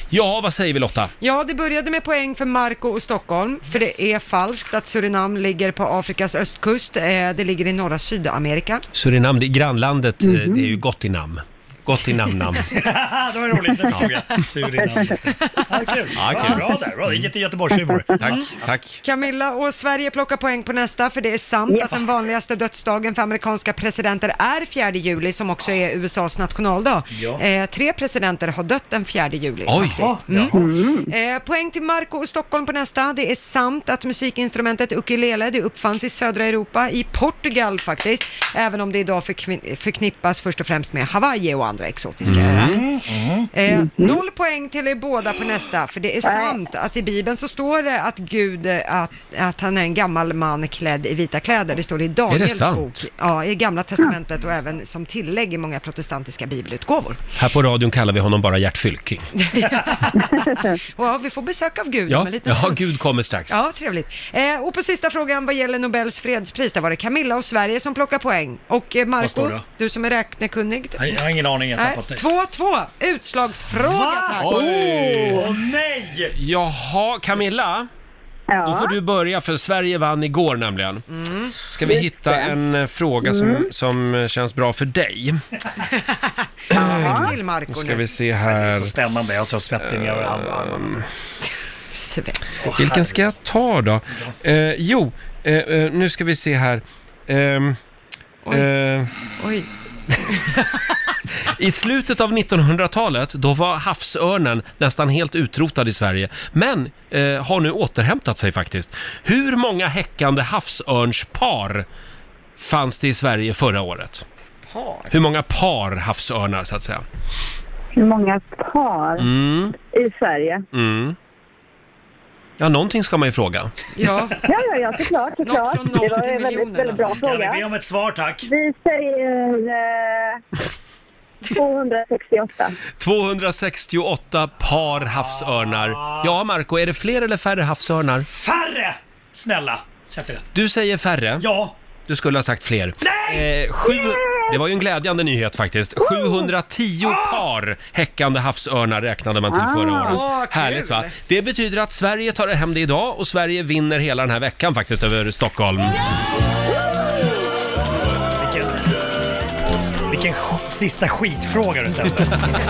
Speaker 1: Ja, vad säger vi Lotta?
Speaker 2: Ja, det började med poäng för Marco och Stockholm, för det är falskt att Surinam ligger på Afrikas östkust. Eh, det ligger i norra Sydamerika.
Speaker 1: Surinam, det är grannlandet, mm-hmm. det är ju gott i namn. Gott i namn-namn.
Speaker 6: Det var roligt, det förstod jag. Surinam. Ja, kul. Ja, kul. Bra där, bra. Det gick till Göteborgshumor.
Speaker 1: Tack, tack.
Speaker 2: Camilla och Sverige plockar poäng på nästa, för det är sant ja. att den vanligaste dödsdagen för amerikanska presidenter är fjärde juli, som också är U S A:s nationaldag. Ja. Eh, tre presidenter har dött den fjärde juli.
Speaker 1: Oj!
Speaker 2: Mm. Mm. Eh, poäng till Marco och Stockholm på nästa. Det är sant att musikinstrumentet ukulele, det uppfanns i södra Europa, i Portugal faktiskt, även om det idag förkn- förknippas först och främst med Hawaii och andra exotiska öar. Mm. Mm. Eh, noll poäng till er båda på nästa, för det är sant att i Bibeln så står det att Gud, att, att han är en gammal man klädd i vita kläder. Det står det i Daniels bok. Ja, i Gamla testamentet och även som tillägg i många protestantiska bibelutgåvor.
Speaker 1: Här på radion kallar vi honom bara Gert Fylking.
Speaker 2: Ja, vi får besök av Gud.
Speaker 1: Ja,
Speaker 2: med lite
Speaker 1: ja Gud kommer strax.
Speaker 2: Ja, trevligt. Eh, och på sista frågan vad gäller Nobels fredspris, där var det Camilla och Sverige som plockar poäng. Och eh, Marco, du som är räknekunnig.
Speaker 6: Jag har ingen aning.
Speaker 2: två två, utslagsfråga.
Speaker 6: Åh oh, nej!
Speaker 1: Jaha, Camilla. Ja. Då får du börja, för Sverige vann igår nämligen. Mm. Ska vi hitta en fråga som, mm. som känns bra för dig?
Speaker 2: Ja, till Marco.
Speaker 1: Ska vi se här.
Speaker 6: Det är så spännande, jag så svettig ner um,
Speaker 1: Vilken ska jag ta då? Uh, jo, uh, uh, nu ska vi se här. Um,
Speaker 2: Oj. Uh, Oj.
Speaker 1: I slutet av nittonhundratalet då var havsörnen nästan helt utrotad i Sverige, men eh, har nu återhämtat sig faktiskt. Hur många häckande havsörnspar fanns det i Sverige förra året? Par? Hur många par havsörnar så att säga?
Speaker 7: Hur många par
Speaker 1: mm.
Speaker 7: i Sverige?
Speaker 1: Mm. Ja, någonting ska man ju fråga.
Speaker 2: Ja,
Speaker 7: ja, ja, ja såklart. såklart. Det var en väldigt, väldigt bra fråga.
Speaker 6: Kan vi be om ett svar, tack?
Speaker 7: Vi säger eh, tvåhundrasextioåtta.
Speaker 1: tvåhundrasextioåtta par havsörnar. Ja, Marco, är det fler eller färre havsörnar?
Speaker 6: Färre! Snälla, sätt rätt.
Speaker 1: Du säger färre?
Speaker 6: Ja.
Speaker 1: Du skulle ha sagt fler.
Speaker 6: Nej!
Speaker 1: Eh, sju... Det var ju en glädjande nyhet faktiskt. sjuhundratio par häckande havsörnar räknade man till förra året.
Speaker 2: Ah,
Speaker 1: Härligt va? Det betyder att Sverige tar det hem det idag och Sverige vinner hela den här veckan faktiskt över Stockholm.
Speaker 6: Vilken, vilken sista skitfråga du ställde.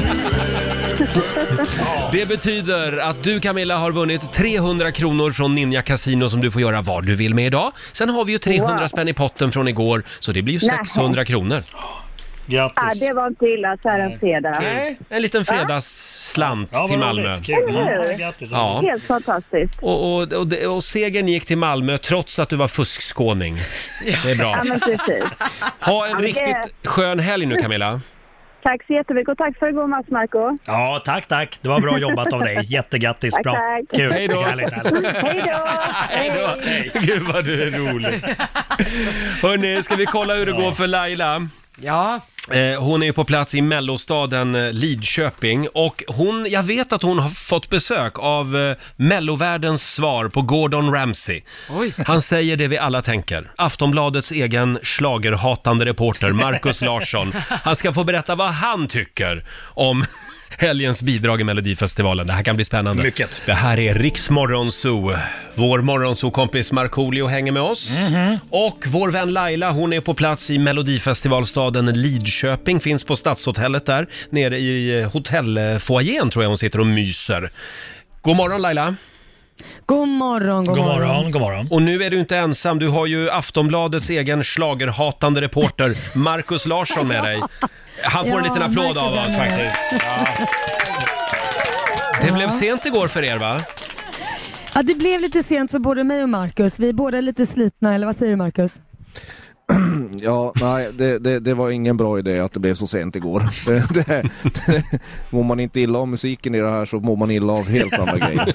Speaker 1: Det betyder att du, Camilla, har vunnit trehundra kronor från Ninja Casino som du får göra vad du vill med idag. Sen har vi ju trehundra wow. spänn i potten från igår, så det blir ju sexhundra kronor.
Speaker 6: Grattis.
Speaker 7: Ja, det var inte illa så här en fredag.
Speaker 1: Nej, en liten fredagsslant
Speaker 6: ja,
Speaker 1: till Malmö.
Speaker 6: Kul. Mm. Grattis.
Speaker 7: Ja. Helt fantastiskt.
Speaker 1: Och, och, och, och segern gick till Malmö trots att du var fuskskåning. Det är bra.
Speaker 7: Ja, men precis.
Speaker 1: Ha en riktigt skön helg nu, Camilla.
Speaker 7: Tack så jättemycket och tack för god match, Marco.
Speaker 6: Ja, tack, tack. Det var bra jobbat av dig. Jättegrattis.
Speaker 7: Tack,
Speaker 6: bra.
Speaker 7: Tack.
Speaker 6: Kul.
Speaker 1: Hej då.
Speaker 7: Hej då.
Speaker 1: Hej då. Hej. Gud vad du är rolig. Hörrni, ska vi kolla hur det går för Laila?
Speaker 2: Ja.
Speaker 1: Eh, hon är ju på plats i mellostaden Lidköping och hon, jag vet att hon har fått besök av eh, mellovärldens svar på Gordon Ramsay.
Speaker 2: Oj.
Speaker 1: Han säger det vi alla tänker. Aftonbladets egen schlagerhatande reporter Marcus Larsson. Han ska få berätta vad han tycker om helgens bidrag i Melodifestivalen. Det här kan bli spännande.
Speaker 6: Mycket.
Speaker 1: Det här är Riks Morgonzoo. Vår Morgonzoo-kompis Markoolio hänger med oss.
Speaker 6: Mm-hmm.
Speaker 1: Och vår vän Laila, hon är på plats i Melodifestivalstaden Lidköping. Finns på Stadshotellet där. Nere i hotellfoajén tror jag hon sitter och myser. God morgon Laila.
Speaker 4: God morgon, god,
Speaker 6: god
Speaker 4: morgon.
Speaker 6: morgon. God morgon.
Speaker 1: Och nu är du inte ensam. Du har ju Aftonbladets egen schlagerhatande reporter Marcus Larsson med dig. Han får ja, en liten applåd av oss faktiskt. Ja. Det blev sent igår för er, va?
Speaker 4: Ja, det blev lite sent för både mig och Marcus. Vi är båda lite slitna, eller vad säger du, Marcus?
Speaker 13: Ja, nej, det, det, det var ingen bra idé att det blev så sent igår. Det, det, det, mår man inte illa av musiken i det här så mår man illa av helt andra grejer.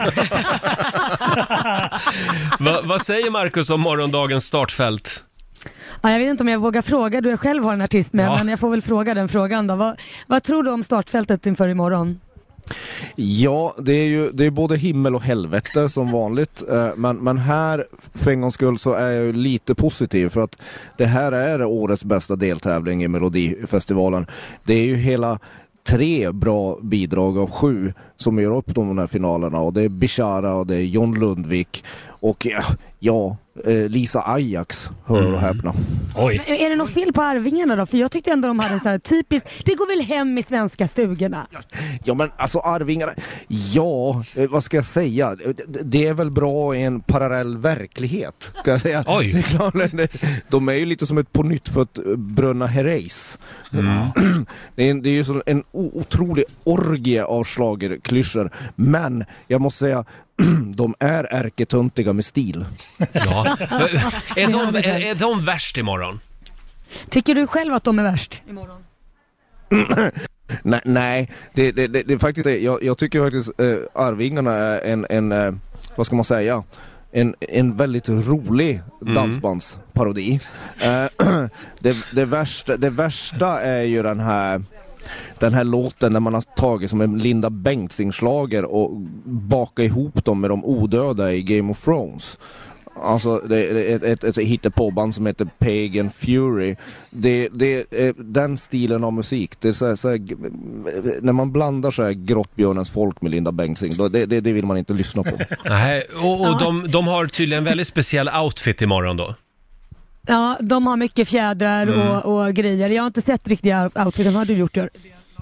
Speaker 1: Va, vad säger Marcus om morgondagens startfält?
Speaker 4: Ja, jag vet inte om jag vågar fråga, du är själv har en artist med, ja. Men jag får väl fråga den frågan då. Vad, vad tror du om startfältet inför imorgon?
Speaker 13: Ja, det är ju det är både himmel och helvete som vanligt, men, men här för en gångs skull så är jag ju lite positiv för att det här är årets bästa deltävling i Melodifestivalen. Det är ju hela tre bra bidrag av sju som gör upp de här finalerna, och det är Bishara och det är John Lundvik och ja, ja Lisa Ajax, hör mm. och häpna.
Speaker 6: Oj.
Speaker 4: Är det något fel på Arvingarna då? För jag tyckte ändå de hade en sån här typisk, det går väl hem i svenska stugorna.
Speaker 13: Ja men alltså Arvingarna, ja, vad ska jag säga? Det är väl bra i en parallell verklighet, ska jag säga.
Speaker 1: Oj.
Speaker 13: Det är klart, de är ju lite som ett pånyttfött Bröna Herreys. Mm. Det är, det är ju så en otrolig orgie av schlagerklyschor, men jag måste säga de är ärketuntiga med stil.
Speaker 1: Ja. Är de, är, är de värst imorgon?
Speaker 4: Tycker du själv att de är värst imorgon?
Speaker 13: nej, nej det, det, det, det är faktiskt det. Jag, jag tycker faktiskt äh, Arvingarna är en, en äh, vad ska man säga, en, en väldigt rolig mm. dansbandsparodi. Äh, det, det, värsta, det värsta är ju den här Den här låten när man har tagit som en Linda Bengtzing-schlager och bakat ihop dem med de odöda i Game of Thrones. Alltså det är ett, ett, ett hittepåband som heter Pagan Fury. Det, det är den stilen av musik. Det är så här, så här, när man blandar så här Grottbjörnens folk med Linda Bengtzing, då, det, det, det vill man inte lyssna på.
Speaker 1: Nej, och, och de, de har tydligen en väldigt speciell outfit imorgon då.
Speaker 4: Ja, de har mycket fjädrar mm. och, och grejer. Jag har inte sett riktiga outfiten. Har du gjort det?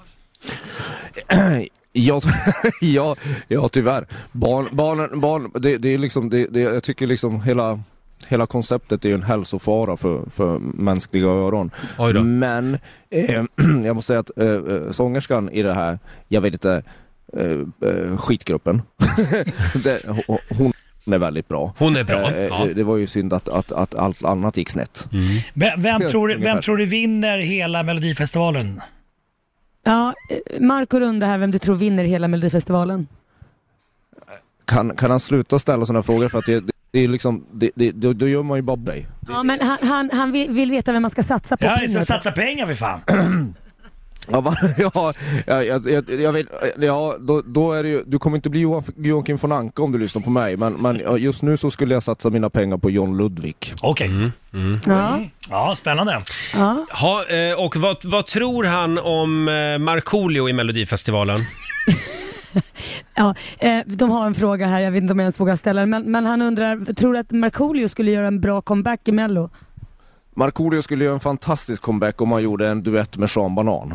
Speaker 13: Ja, ja, ja, tyvärr. Barn, barn, barn det, det är liksom, det, det, jag tycker liksom hela, hela konceptet är ju en hälsofara för, för mänskliga öron. Men eh, jag måste säga att eh, sångerskan i det här, jag vet inte, eh, skitgruppen, det, hon är väldigt bra.
Speaker 1: Hon är bra.
Speaker 13: Eh,
Speaker 1: ja.
Speaker 13: det, det var ju synd att, att, att allt annat gick snett.
Speaker 6: Mm. Vem, vem, tror, vem tror du vinner hela Melodifestivalen?
Speaker 4: Ja, Marco Runde här, vem du tror vinner hela Melodifestivalen?
Speaker 13: Kan, kan han sluta ställa sådana frågor, för att det, det, det är liksom, det, det, då, då gör man ju bara dig.
Speaker 4: Ja, men han, han, han vill, vill veta vem man ska satsa på.
Speaker 6: Ja, det ska satsa pengar för fan.
Speaker 13: Ja, va, ja, jag, jag, jag vet, ja då, då är det ju, du kommer inte bli Joakim von Anka om du lyssnar på mig, men, men just nu så skulle jag satsa mina pengar på John Lundvik.
Speaker 6: Okej. Okay. Mm. Mm. Ja. ja, spännande.
Speaker 4: Ja.
Speaker 1: Ha, och vad, vad tror han om Markoolio i Melodifestivalen?
Speaker 4: Ja, de har en fråga här, jag vet inte om jag ens vågar ställa den, men, men han undrar, tror du att Markoolio skulle göra en bra comeback i Mello?
Speaker 13: Markoolio skulle göra en fantastisk comeback om han gjorde en duett med Sean Banan.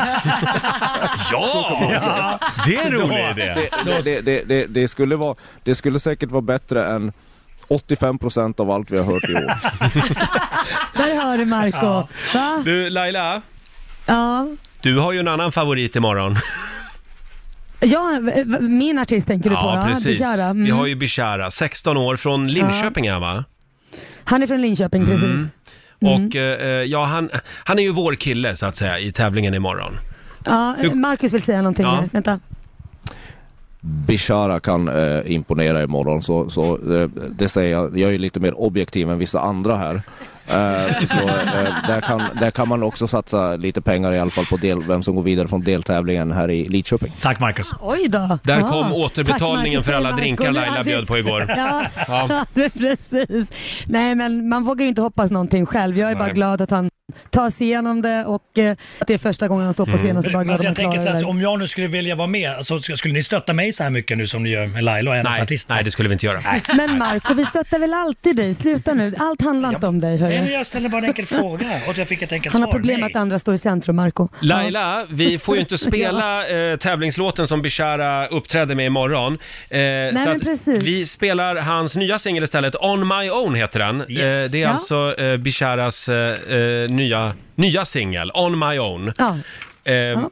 Speaker 1: Ja, ja, det är en rolig idé.
Speaker 13: Det, det, det, det, det, skulle vara, det skulle säkert vara bättre än åttiofem procent av allt vi har hört i år.
Speaker 4: Där hör du Marco. Ja. Va?
Speaker 1: Du Laila,
Speaker 4: ja.
Speaker 1: Du har ju en annan favorit imorgon.
Speaker 4: Ja, min artist tänker du på.
Speaker 1: Ja, precis.
Speaker 4: Bishara. Mm.
Speaker 1: Vi har ju Bishara, sexton år, från Linköping, ja. Va?
Speaker 4: Han är från Linköping, precis. Mm.
Speaker 1: Och eh, ja, han, han är ju vår kille så att säga i tävlingen imorgon.
Speaker 4: Ja, Marcus vill säga någonting ja. Här. Vänta.
Speaker 13: Bishara kan eh, imponera imorgon, så, så eh, det säger jag. Jag är lite mer objektiv än vissa andra här. Eh, så eh, där, kan, där kan man också satsa lite pengar i alla fall på del, vem som går vidare från deltävlingen här i Lidköping.
Speaker 6: Tack Marcus.
Speaker 4: Oj då.
Speaker 1: Där ja. Kom återbetalningen för alla drinkar Laila bjöd på igår.
Speaker 4: Ja, ja. Precis. Nej, men man vågar ju inte hoppas någonting själv. Jag är Nej. Bara glad att han tar sig igenom det, och eh, att det är första gången han står på scenen. Mm. Så bara glad
Speaker 6: alltså, jag
Speaker 4: att
Speaker 6: tänker så här, så om jag nu skulle vilja vara med, alltså, skulle ni stötta mig så här mycket nu som ni gör med Laila och hennes
Speaker 1: Nej.
Speaker 6: artist?
Speaker 1: Nej, det skulle vi inte göra. Nej.
Speaker 4: Men Marco, vi stöttar väl alltid dig. Sluta nu. Allt handlar inte ja. Om dig.
Speaker 6: Nej, jag ställer bara en enkel fråga och jag fick ett enkelt
Speaker 4: Han har
Speaker 6: svar.
Speaker 4: problem att andra står i centrum, Marco.
Speaker 1: Laila, vi får ju inte spela eh, tävlingslåten som Bishara uppträdde med imorgon. Eh,
Speaker 4: Nej,
Speaker 1: så
Speaker 4: men
Speaker 1: att
Speaker 4: precis.
Speaker 1: vi spelar hans nya singel istället. On My Own heter den.
Speaker 6: Yes.
Speaker 1: Eh, det är
Speaker 4: ja.
Speaker 1: alltså eh, Bisharas eh, nya, nya singel, On My Own.
Speaker 4: Ja.
Speaker 1: Eh,
Speaker 4: ja.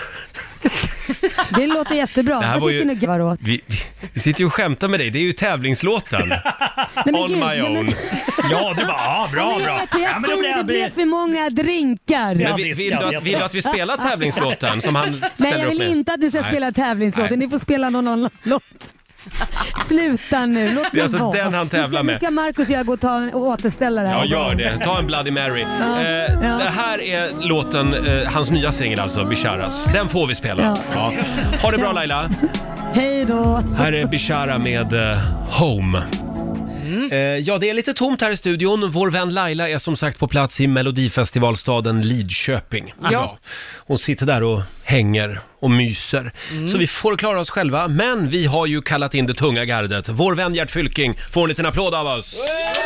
Speaker 4: Det låter jättebra.
Speaker 1: Det här var ju, vi, vi, vi sitter ju och skämtar med dig. Det är ju tävlingslåten.
Speaker 4: Nej,
Speaker 1: On
Speaker 4: Gud,
Speaker 1: My
Speaker 4: ja,
Speaker 1: Own.
Speaker 4: men...
Speaker 6: Ja, det var ja, bra,
Speaker 4: ja,
Speaker 6: bra.
Speaker 4: Jag, jag ja, men det, blev, det blev för många drinkar.
Speaker 1: Men vill, vill, du att, vill du att vi spelar tävlingslåten som han ställer upp med?
Speaker 4: Nej, jag vill inte att ni ska Nej. Spela tävlingslåten.
Speaker 1: Nej.
Speaker 4: Ni får spela någon annan låt. Sluta nu, låt
Speaker 1: det är alltså
Speaker 4: vara.
Speaker 1: Den han tävlar med.
Speaker 4: Nu ska Marcus och jag gå och, ta en, och återställa det här.
Speaker 1: Ja, gör det. Ta en Bloody Mary. Ja, eh, ja. Det här är låten, eh, hans nya singel alltså, Bisharas. Den får vi spela. Ja. Ja. Ha det bra, ja. Laila.
Speaker 4: Hej då.
Speaker 1: Här är Bishara med uh, Home. Mm. Eh, ja, det är lite tomt här i studion. Vår vän Laila är som sagt på plats i Melodifestivalstaden Lidköping.
Speaker 2: Ja.
Speaker 1: Ja. Hon sitter där och hänger och myser.
Speaker 2: Mm.
Speaker 1: Så vi får klara oss själva. Men vi har ju kallat in det tunga gardet. Vår vän Gert Fylking får en liten applåd av oss.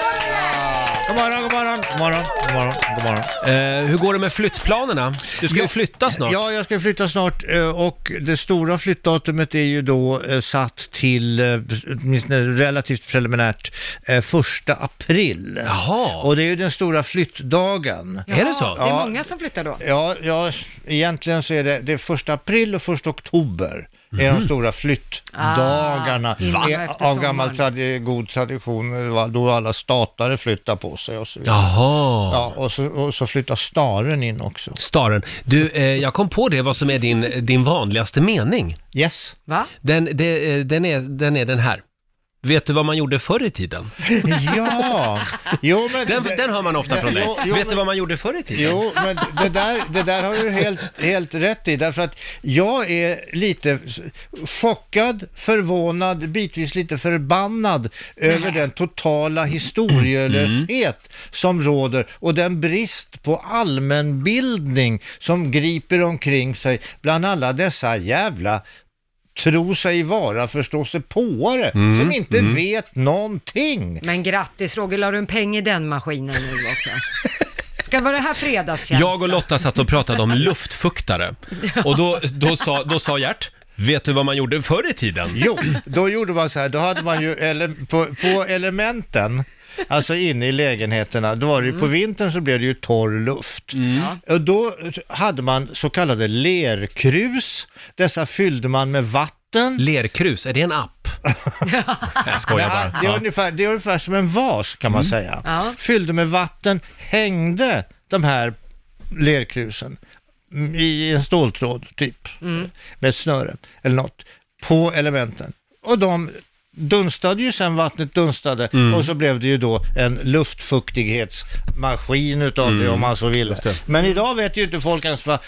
Speaker 14: God morgon, god morgon, god morgon, god morgon, god morgon.
Speaker 1: Eh, hur går det med flyttplanerna? Du ska ju flytta snart.
Speaker 14: Ja, jag ska flytta snart eh, och det stora flyttdatumet är ju då eh, satt till, eh, åtminstone relativt preliminärt, eh, första april.
Speaker 1: Jaha.
Speaker 14: Och det är ju den stora flyttdagen.
Speaker 1: Är det så?
Speaker 2: Det är många som flyttar då.
Speaker 14: Ja, ja, egentligen så är det, det är första april och första oktober. är de stora flyttdagarna
Speaker 2: Ah,
Speaker 14: är, av gammal tradi- god tradition, va, då alla statare flyttar på sig och så vidare.
Speaker 1: Jaha.
Speaker 14: Ja, och så, och så flyttar staren in också.
Speaker 1: Staren. Du, eh, jag kom på det, vad som är din, din vanligaste mening.
Speaker 14: Yes.
Speaker 2: Va?
Speaker 1: Den, det, den, är, den är den här. Vet du vad man gjorde förr i tiden?
Speaker 14: Ja, jo, men
Speaker 1: den, den hör man ofta från dig.
Speaker 14: Jo, jo,
Speaker 1: Vet
Speaker 14: men,
Speaker 1: du vad man gjorde förr i tiden?
Speaker 14: Jo, men det där, det där har du helt, helt rätt i. Därför att jag är lite chockad, förvånad, bitvis lite förbannad över den totala historielöshet mm. som råder och den brist på allmänbildning som griper omkring sig bland alla dessa jävla tro sig vara förståsigpåare mm, som inte mm. vet någonting.
Speaker 2: Men grattis Roger, la du en peng i den maskinen nu också? Ska vara det här fredagskänsla?
Speaker 1: Jag och Lotta satt och pratade om luftfuktare. Och då, då, sa, då sa Gert, vet du vad man gjorde förr i tiden?
Speaker 14: Jo, då gjorde man så här, då hade man ju ele- på, på elementen, alltså inne i lägenheterna, då var det ju mm. på vintern så blev det ju torr luft. Mm. Och då hade man så kallade lerkrus. Dessa fyllde man med vatten.
Speaker 1: Lerkrus, är det en app? Jag skojar bara.
Speaker 14: Det är, ja. ungefär, det är ungefär som en vas kan man mm. säga. Ja. Fyllde med vatten, hängde de här lerkrusen i en ståltråd typ, mm. med ett snöre eller något, på elementen. Och de dunstade ju sen, vattnet dunstade mm. och så blev det ju då en luftfuktighetsmaskin utav mm. det om man så ville. Men idag vet ju inte folk ens vad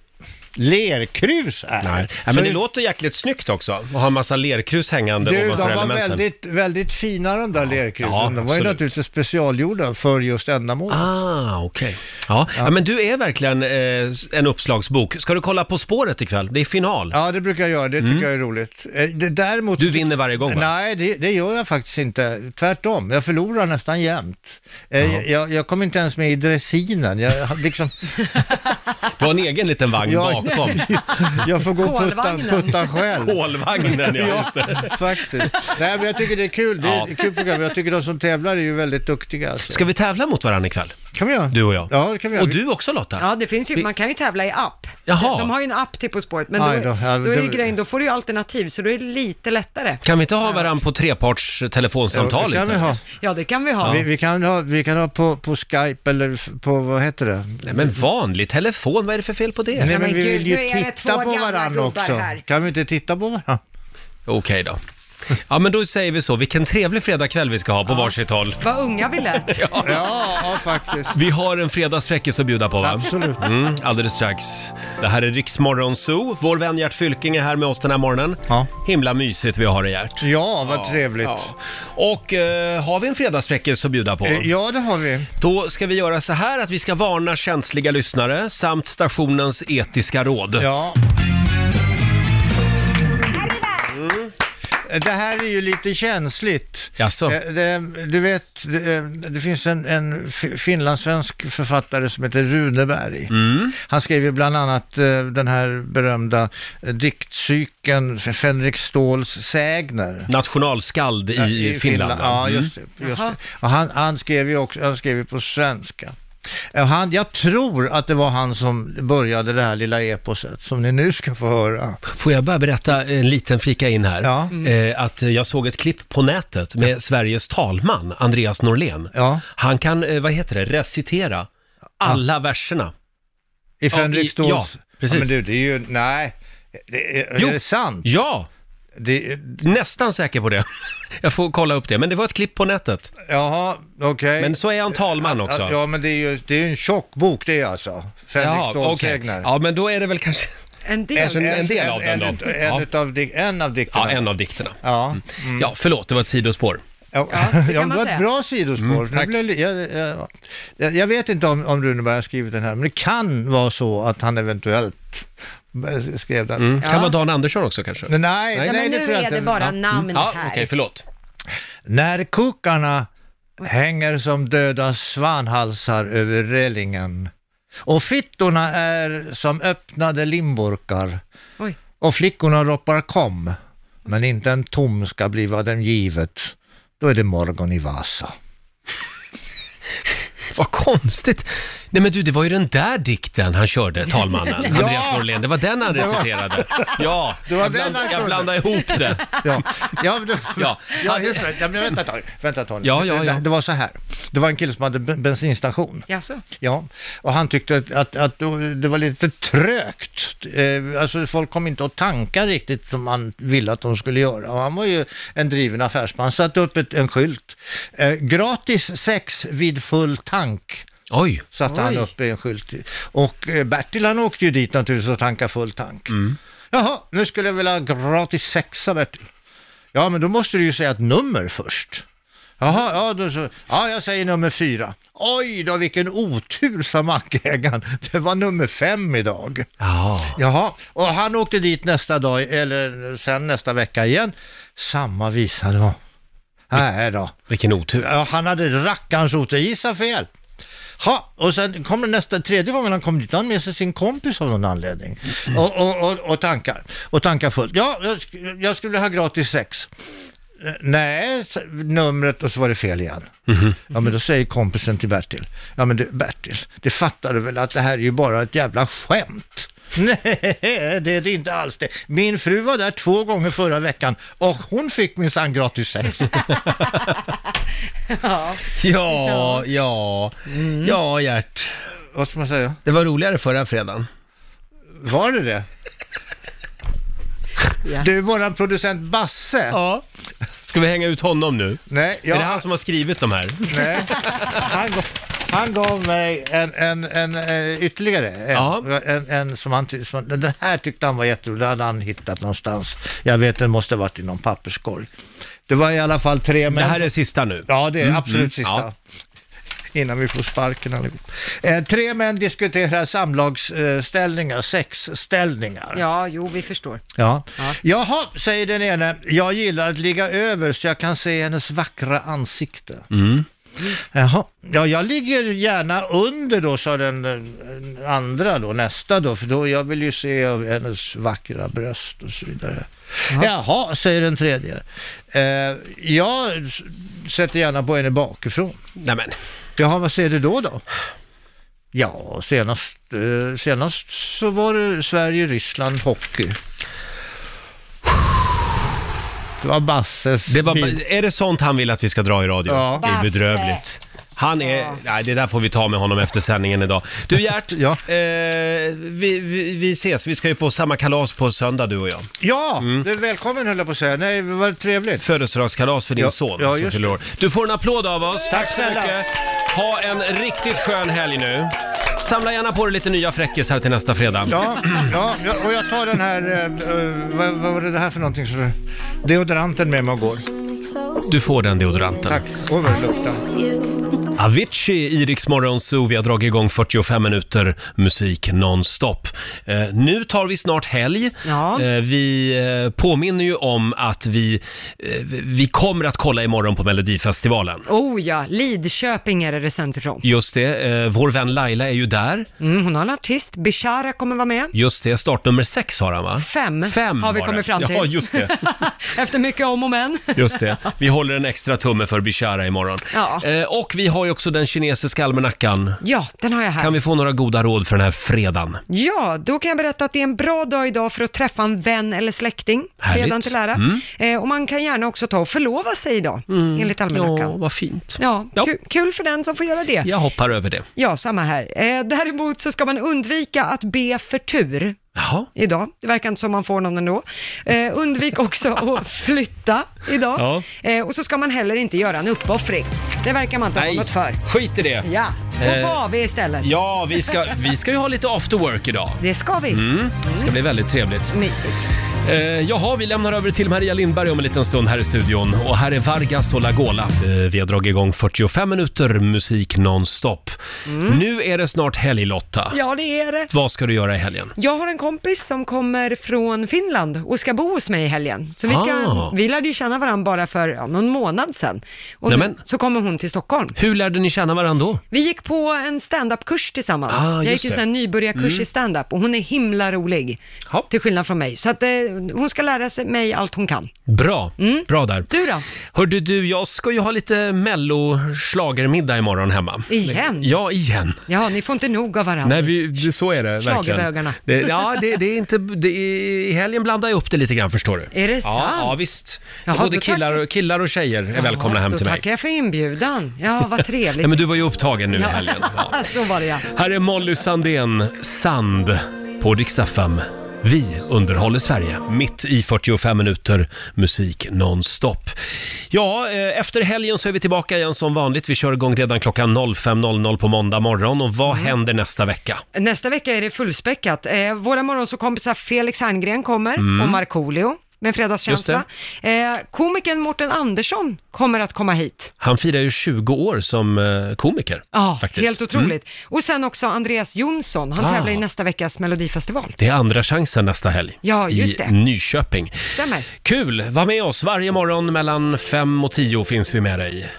Speaker 14: lerkrus är.
Speaker 1: Nej. Ja, men det vi... låter jäkligt snyggt också att ha en massa lerkrus hängande
Speaker 14: du,
Speaker 1: ovanför elementen.
Speaker 14: De var väldigt, väldigt fina de där ja. lerkrusen. Ja, de var ju naturligtvis specialgjorda för just ändamålet.
Speaker 1: Ah, okej. Okay. Ja. Ja. Ja, men du är verkligen eh, en uppslagsbok. Ska du kolla På spåret ikväll? Det är final.
Speaker 14: Ja, det brukar jag göra. Det tycker mm. jag är roligt. Eh, det, däremot...
Speaker 1: Du vinner varje gång, va?
Speaker 14: Nej, det, det gör jag faktiskt inte. Tvärtom. Jag förlorar nästan jämt. Eh, jag, jag kommer inte ens med i dressinen. Jag, liksom...
Speaker 1: Du har en egen liten vagn ja, bak.
Speaker 14: Jag får gå och putta, putta själv.
Speaker 1: Kolvagnen, ja, just det.
Speaker 14: Ja, faktiskt. Nej, men jag tycker det är kul. Det är ja. kul program. Jag tycker de som tävlar är ju väldigt duktiga. Alltså.
Speaker 1: Ska vi tävla mot varandra ikväll?
Speaker 14: Kan vi göra?
Speaker 1: Du och jag.
Speaker 14: Ja, det kan vi göra.
Speaker 1: Och du också, Lotta?
Speaker 2: Ja, det finns ju, man kan ju tävla i app.
Speaker 1: Jaha.
Speaker 2: De har ju en app till På spåret, men då,
Speaker 14: Aj då, ja,
Speaker 2: då är
Speaker 14: det...
Speaker 2: ju grejen, då får du ju alternativ, så då är det lite lättare.
Speaker 1: Kan vi inte ha varandra på treparts telefonsamtal
Speaker 14: ja,
Speaker 1: istället?
Speaker 14: Vi ha.
Speaker 2: Ja, det kan vi ha.
Speaker 14: Ja. Vi, vi kan ha, vi kan ha på, på Skype eller på, vad heter det?
Speaker 1: Nej, men vanlig telefon, vad är det för fel på det?
Speaker 14: Nej, men,
Speaker 2: men
Speaker 14: vi
Speaker 2: gud,
Speaker 14: vill ju titta på varandra också. Här. Kan vi inte titta på varandra?
Speaker 1: Okej okay då. Ja, men då säger vi så. Vilken trevlig fredagkväll vi ska ha på ja. varsitt håll.
Speaker 2: Vad unga vi lät.
Speaker 14: ja. Ja, ja, faktiskt.
Speaker 1: Vi har en fredagsfräckis att bjuda på, va?
Speaker 14: Absolut.
Speaker 1: Mm, alldeles strax. Det här är Riksmorgon Zoo. Vår vän Gert Fylking är här med oss den här morgonen. Ja. Himla mysigt vi har det, Gert.
Speaker 14: Ja, vad ja. trevligt. Ja.
Speaker 1: Och eh, har vi en fredagsfräckis att bjuda på?
Speaker 14: Ja, det har vi.
Speaker 1: Då ska vi göra så här att vi ska varna känsliga lyssnare samt stationens etiska råd.
Speaker 14: Ja. Det här är ju lite känsligt.
Speaker 1: Jaså?
Speaker 14: Det, du vet, det, det finns en, en finlandssvensk författare som heter Runeberg. Mm. Han skrev ju bland annat den här berömda diktcykeln Fänrik Ståls sägner.
Speaker 1: Nationalskald i, I Finland.
Speaker 14: Finland. Ja, just det. Just det. Och han, han skrev ju också, han skrev ju på svenska. Han, jag tror att det var han som började det här lilla eposet som ni nu ska få höra.
Speaker 1: Får jag bara berätta en liten flika in här?
Speaker 14: Ja.
Speaker 1: Mm. Eh, att jag såg ett klipp på nätet med ja. Sveriges talman, Andreas Norlén.
Speaker 14: Ja.
Speaker 1: Han kan, eh, vad heter det, recitera alla ja. verserna.
Speaker 14: I Fänrik Ståls?
Speaker 1: Ja, precis.
Speaker 14: Ja, men du, det är ju, nej, det är, är det sant?
Speaker 1: Ja! Det, nästan säker på det. Jag får kolla upp det. Men det var ett klipp på nätet.
Speaker 14: Jaha, okej. Okay.
Speaker 1: Men så är han talman också.
Speaker 14: Ja, men det är ju det är en tjock bok det är alltså. Fänrik Ståls sägner.
Speaker 1: Ja, men då är det väl kanske
Speaker 2: en del,
Speaker 1: en, en del
Speaker 14: en,
Speaker 1: av den då.
Speaker 14: En, en, ja. utav, en av dikterna.
Speaker 1: Ja, en av dikterna.
Speaker 14: Ja.
Speaker 1: Mm. Ja, förlåt, det var ett sidospår.
Speaker 14: Ja,
Speaker 2: Ja, det kan
Speaker 14: ja,
Speaker 2: man
Speaker 14: det var
Speaker 2: säga.
Speaker 14: ett bra sidospår.
Speaker 1: Mm,
Speaker 14: Det
Speaker 1: tack.
Speaker 14: blev, li- jag, jag, jag, jag vet inte om, om Runeberg har skrivit den här, men det kan vara så att han eventuellt skrev den.
Speaker 1: Mm.
Speaker 2: Ja.
Speaker 1: Kan vara Dan Andersson också kanske?
Speaker 14: Nej, nej,
Speaker 2: Ja,
Speaker 14: nej,
Speaker 2: men
Speaker 14: det
Speaker 2: nu
Speaker 14: tror jag
Speaker 2: är
Speaker 14: inte.
Speaker 2: det bara
Speaker 14: Ja.
Speaker 2: namn
Speaker 1: Ja,
Speaker 2: här.
Speaker 1: okej, förlåt.
Speaker 14: När kuckarna hänger som döda svanhalsar över relingen och fittorna är som öppnade limburkar
Speaker 2: Oj.
Speaker 14: och flickorna ropar kom, men inte en tom ska bli vad dem givet, då är det morgon i Vasa.
Speaker 1: Vad konstigt. Nej men du, det var ju den där dikten han körde, talmannen. Andreas Norlén. Det var den han reciterade. Ja,
Speaker 14: Det var
Speaker 1: jag,
Speaker 14: den
Speaker 1: bland,
Speaker 14: han
Speaker 1: jag
Speaker 14: kunde.
Speaker 1: blandade ihop det.
Speaker 14: Ja, ja, men det,
Speaker 1: Ja.
Speaker 14: ja just det. Ja, men vänta Tony, vänta Tony.
Speaker 1: Ja, ja, ja.
Speaker 14: Det, det var så här. Det var en kille som hade b- bensinstation.
Speaker 2: Jaså?
Speaker 14: Ja, och han tyckte att, att, att det var lite trögt. Eh, alltså folk kom inte att tanka riktigt som man ville att de skulle göra. Och han var ju en driven affärsman. Han satte upp ett, en skylt. Eh, gratis sex vid full tank.
Speaker 1: Oj.
Speaker 14: Satte han
Speaker 2: Oj.
Speaker 14: upp i en skylt. Och eh, Bertil han åkte ju dit naturligtvis och tankade full tank.
Speaker 1: Mm.
Speaker 14: Jaha, nu skulle jag vilja ha gratis sexa Bertil. Ja, men då måste du ju säga ett nummer först. Jaha, ja, då så, ja, jag säger nummer fyra. Oj då, vilken otur, sa mackägaren. Det var nummer fem idag.
Speaker 1: Ja.
Speaker 14: Jaha, och han åkte dit nästa dag, eller sen nästa vecka igen. Samma visa då. Nej då.
Speaker 1: Vilken otur.
Speaker 14: Ja, han hade rackarns otur, gissa fel. Ha, och sen kommer nästa, tredje gången han kom dit, han med sig sin kompis av någon anledning. Och, och, och, och tankar. Och tankar fullt. Ja, jag, sk- jag skulle ha gratis sex. Eh, Nej, s- numret, och så var det fel igen. Ja, men då säger kompisen till Bertil. Ja, men du, Bertil, det fattar du väl att det här är ju bara ett jävla skämt. Nej, det är det inte alls det. Min fru var där två gånger förra veckan och hon fick minsann gratis sex.
Speaker 2: Ja.
Speaker 1: Ja, ja. Ja, Gert.
Speaker 14: Vad ska man säga?
Speaker 1: Det var roligare förra fredagen.
Speaker 14: Var det det?
Speaker 2: Ja.
Speaker 14: Du, våran producent Basse.
Speaker 1: Ja. Ska vi hänga ut honom nu?
Speaker 14: Nej,
Speaker 1: Är det han som har skrivit de här?
Speaker 14: Nej. Han, gav, han gav mig en, en, en, en ytterligare en,
Speaker 1: Ja.
Speaker 14: en, en som han ty- som, den här tyckte han var jätterolig. Den hade han hittat någonstans. Jag vet, den måste ha varit i någon papperskorg. Det var i alla fall tre
Speaker 1: Det
Speaker 14: män.
Speaker 1: här är sista nu.
Speaker 14: Ja, det är
Speaker 1: Mm,
Speaker 14: absolut
Speaker 1: mm,
Speaker 14: sista.
Speaker 1: ja.
Speaker 14: Innan vi får sparken allihop. Eh, tre män diskuterar samlagsställningar, sexställningar.
Speaker 2: Ja, jo, vi förstår.
Speaker 14: Ja.
Speaker 2: Ja.
Speaker 14: Jaha, säger den ene. Jag gillar att ligga över så jag kan se hennes vackra ansikte.
Speaker 1: Mm.
Speaker 14: Jaha, ja, jag ligger gärna under då, sa den, den andra då, nästa då, för då jag vill ju se hennes vackra bröst och så vidare.
Speaker 2: Ja.
Speaker 14: Jaha, säger den tredje. Eh, jag s- sätter gärna på henne bakifrån.
Speaker 1: Nämen.
Speaker 14: Jaha, vad säger du då då? Ja, senast, eh, senast så var det Sverige-Ryssland hockey. Det var Basses
Speaker 1: Det var,
Speaker 14: bil.
Speaker 1: är det sånt han vill att vi ska dra i radio?
Speaker 14: Ja.
Speaker 1: Det är
Speaker 2: Basse.
Speaker 1: bedrövligt. Han är... Nej, det där får vi ta med honom efter sändningen idag. Du Gert,
Speaker 14: Ja.
Speaker 1: eh, vi, vi, vi ses. Vi ska ju på samma kalas på söndag, du och jag.
Speaker 14: Ja, det är välkommen höll jag på att säga. Nej, vad trevligt.
Speaker 1: Födelsedagskalas för din
Speaker 14: Ja,
Speaker 1: son
Speaker 14: ja,
Speaker 1: som
Speaker 14: just
Speaker 1: fyller år. Du får en applåd av oss.
Speaker 14: Tack
Speaker 1: så
Speaker 14: snälla.
Speaker 1: mycket. Ha en riktigt skön helg nu. Samla gärna på dig lite nya fräckisar till nästa fredag.
Speaker 14: Ja, ja, ja, och jag tar den här, uh, vad, vad var det här för någonting? Så, deodoranten med mig och går.
Speaker 1: Du får den deodoranten.
Speaker 14: Tack. Oj, vad det luktar.
Speaker 1: Avicii i Rix Morgon Zoo. Vi har dragit igång fyrtiofem minuter musik nonstop. Eh, nu tar vi snart helg.
Speaker 2: Ja.
Speaker 1: Eh, vi eh, påminner ju om att vi, eh, vi kommer att kolla imorgon på Melodifestivalen.
Speaker 2: Oh ja, Lidköping är det det sänds ifrån.
Speaker 1: Just det, eh, vår vän Laila är ju där.
Speaker 2: Mm, hon har en artist, Bishara kommer vara med.
Speaker 1: Just det, startnummer sex har han va?
Speaker 2: Fem,
Speaker 1: Fem
Speaker 2: har vi
Speaker 1: var
Speaker 2: kommit
Speaker 1: det.
Speaker 2: fram till.
Speaker 1: Ja, just det.
Speaker 2: Efter mycket om och men.
Speaker 1: Just det. Vi håller en extra tumme för Bishara imorgon.
Speaker 2: Ja.
Speaker 1: Eh, och vi har ju också den kinesiska almanackan.
Speaker 2: Ja, den har jag här.
Speaker 1: Kan vi få några goda råd för den här fredagen?
Speaker 2: Ja, då kan jag berätta att det är en bra dag idag för att träffa en vän eller släkting.
Speaker 1: Härligt.
Speaker 2: Fredagen till ära.
Speaker 1: Mm.
Speaker 2: Eh, och man kan gärna också ta och förlova sig idag, enligt almanackan.
Speaker 1: Ja, vad fint.
Speaker 2: Ja,
Speaker 1: Ja.
Speaker 2: Kul, kul för den som får göra det.
Speaker 1: Jag hoppar över det.
Speaker 2: Ja, samma här. Eh, däremot så ska man undvika att be för tur
Speaker 1: Jaha.
Speaker 2: idag. Det verkar inte som man får någon ändå. Eh, undvik också att flytta idag.
Speaker 1: Ja.
Speaker 2: Eh, och så ska man heller inte göra en uppoffring. Det verkar man inte ha
Speaker 1: Nej,
Speaker 2: något för.
Speaker 1: skit i det.
Speaker 2: Ja, gå
Speaker 1: Eh,
Speaker 2: på A V istället.
Speaker 1: Ja, vi ska, vi ska ju ha lite after work idag.
Speaker 2: Det ska vi.
Speaker 1: Mm, det ska bli väldigt trevligt.
Speaker 2: Mysigt.
Speaker 1: Eh, jaha, vi lämnar över till Maria Lindberg om en liten stund här i studion. Och här är Vargas och Lagola. Eh, vi har dragit igång fyrtiofem minuter musik nonstop. Mm. Nu är det snart helg, Lotta.
Speaker 2: Ja, det är det.
Speaker 1: Vad ska du göra i helgen?
Speaker 2: Jag har en kompis som kommer från Finland och ska bo hos mig i helgen. Så vi, ska,
Speaker 1: Ah.
Speaker 2: vi lärde ju känna varandra bara för ja, någon månad sedan. Och
Speaker 1: Nej,
Speaker 2: nu,
Speaker 1: men-
Speaker 2: så kommer hon till Stockholm.
Speaker 1: Hur lärde ni känna varandra då?
Speaker 2: Vi gick på en stand-up-kurs tillsammans.
Speaker 1: Ah,
Speaker 2: jag
Speaker 1: just
Speaker 2: gick ju
Speaker 1: det.
Speaker 2: sån här nybörjarkurs
Speaker 1: Mm.
Speaker 2: i stand-up och hon är himla rolig. Till skillnad från mig. Så att eh, hon ska lära sig mig allt hon kan.
Speaker 1: Bra, bra där.
Speaker 2: Du då?
Speaker 1: Hörde du, jag ska ju ha lite mello-schlagermiddag imorgon hemma.
Speaker 2: Igen?
Speaker 1: Ja, igen.
Speaker 2: Ja, ni får inte nog av varandra.
Speaker 1: Nej, vi, det- så är det verkligen.
Speaker 2: Schlagerbögarna.
Speaker 1: Det, ja, det, det är inte... Det är, i helgen blandar jag upp det lite grann, förstår du.
Speaker 2: Är det
Speaker 1: Ja,
Speaker 2: sant?
Speaker 1: ja visst.
Speaker 2: Jaha,
Speaker 1: Både
Speaker 2: då
Speaker 1: killar och, killar och tjejer är välkomna hem
Speaker 2: Då
Speaker 1: till mig.
Speaker 2: tackar jag för inbjudan. Ja, vad trevligt.
Speaker 1: Nej, men du var ju upptagen nu i helgen. Ja.
Speaker 2: Så var det ja.
Speaker 1: Här är Molly Sandén, Sand, på Rix F M. Vi underhåller Sverige, mitt i fyrtiofem minuter musik nonstop. Ja, eh, efter helgen så är vi tillbaka igen som vanligt. Vi kör igång redan klockan fem på måndag morgon. Och vad
Speaker 2: Mm.
Speaker 1: händer nästa vecka?
Speaker 2: Nästa vecka är det fullspäckat. Eh, våra morgonsåkompisar Felix Herngren kommer
Speaker 1: Mm.
Speaker 2: och Markoolio med en fredagskänsla. Eh, komikern Mårten Andersson kommer att komma hit.
Speaker 1: Han firar ju tjugo år som eh, komiker.
Speaker 2: Ja,
Speaker 1: faktiskt.
Speaker 2: helt otroligt. Och sen också Andreas Jonsson, han
Speaker 1: Ah.
Speaker 2: tävlar i nästa veckas Melodifestival.
Speaker 1: Det är andra chansen nästa helg.
Speaker 2: Ja, just
Speaker 1: I
Speaker 2: det.
Speaker 1: Nyköping.
Speaker 2: Stämmer.
Speaker 1: Kul! Var med oss varje morgon mellan fem och tio finns vi med dig.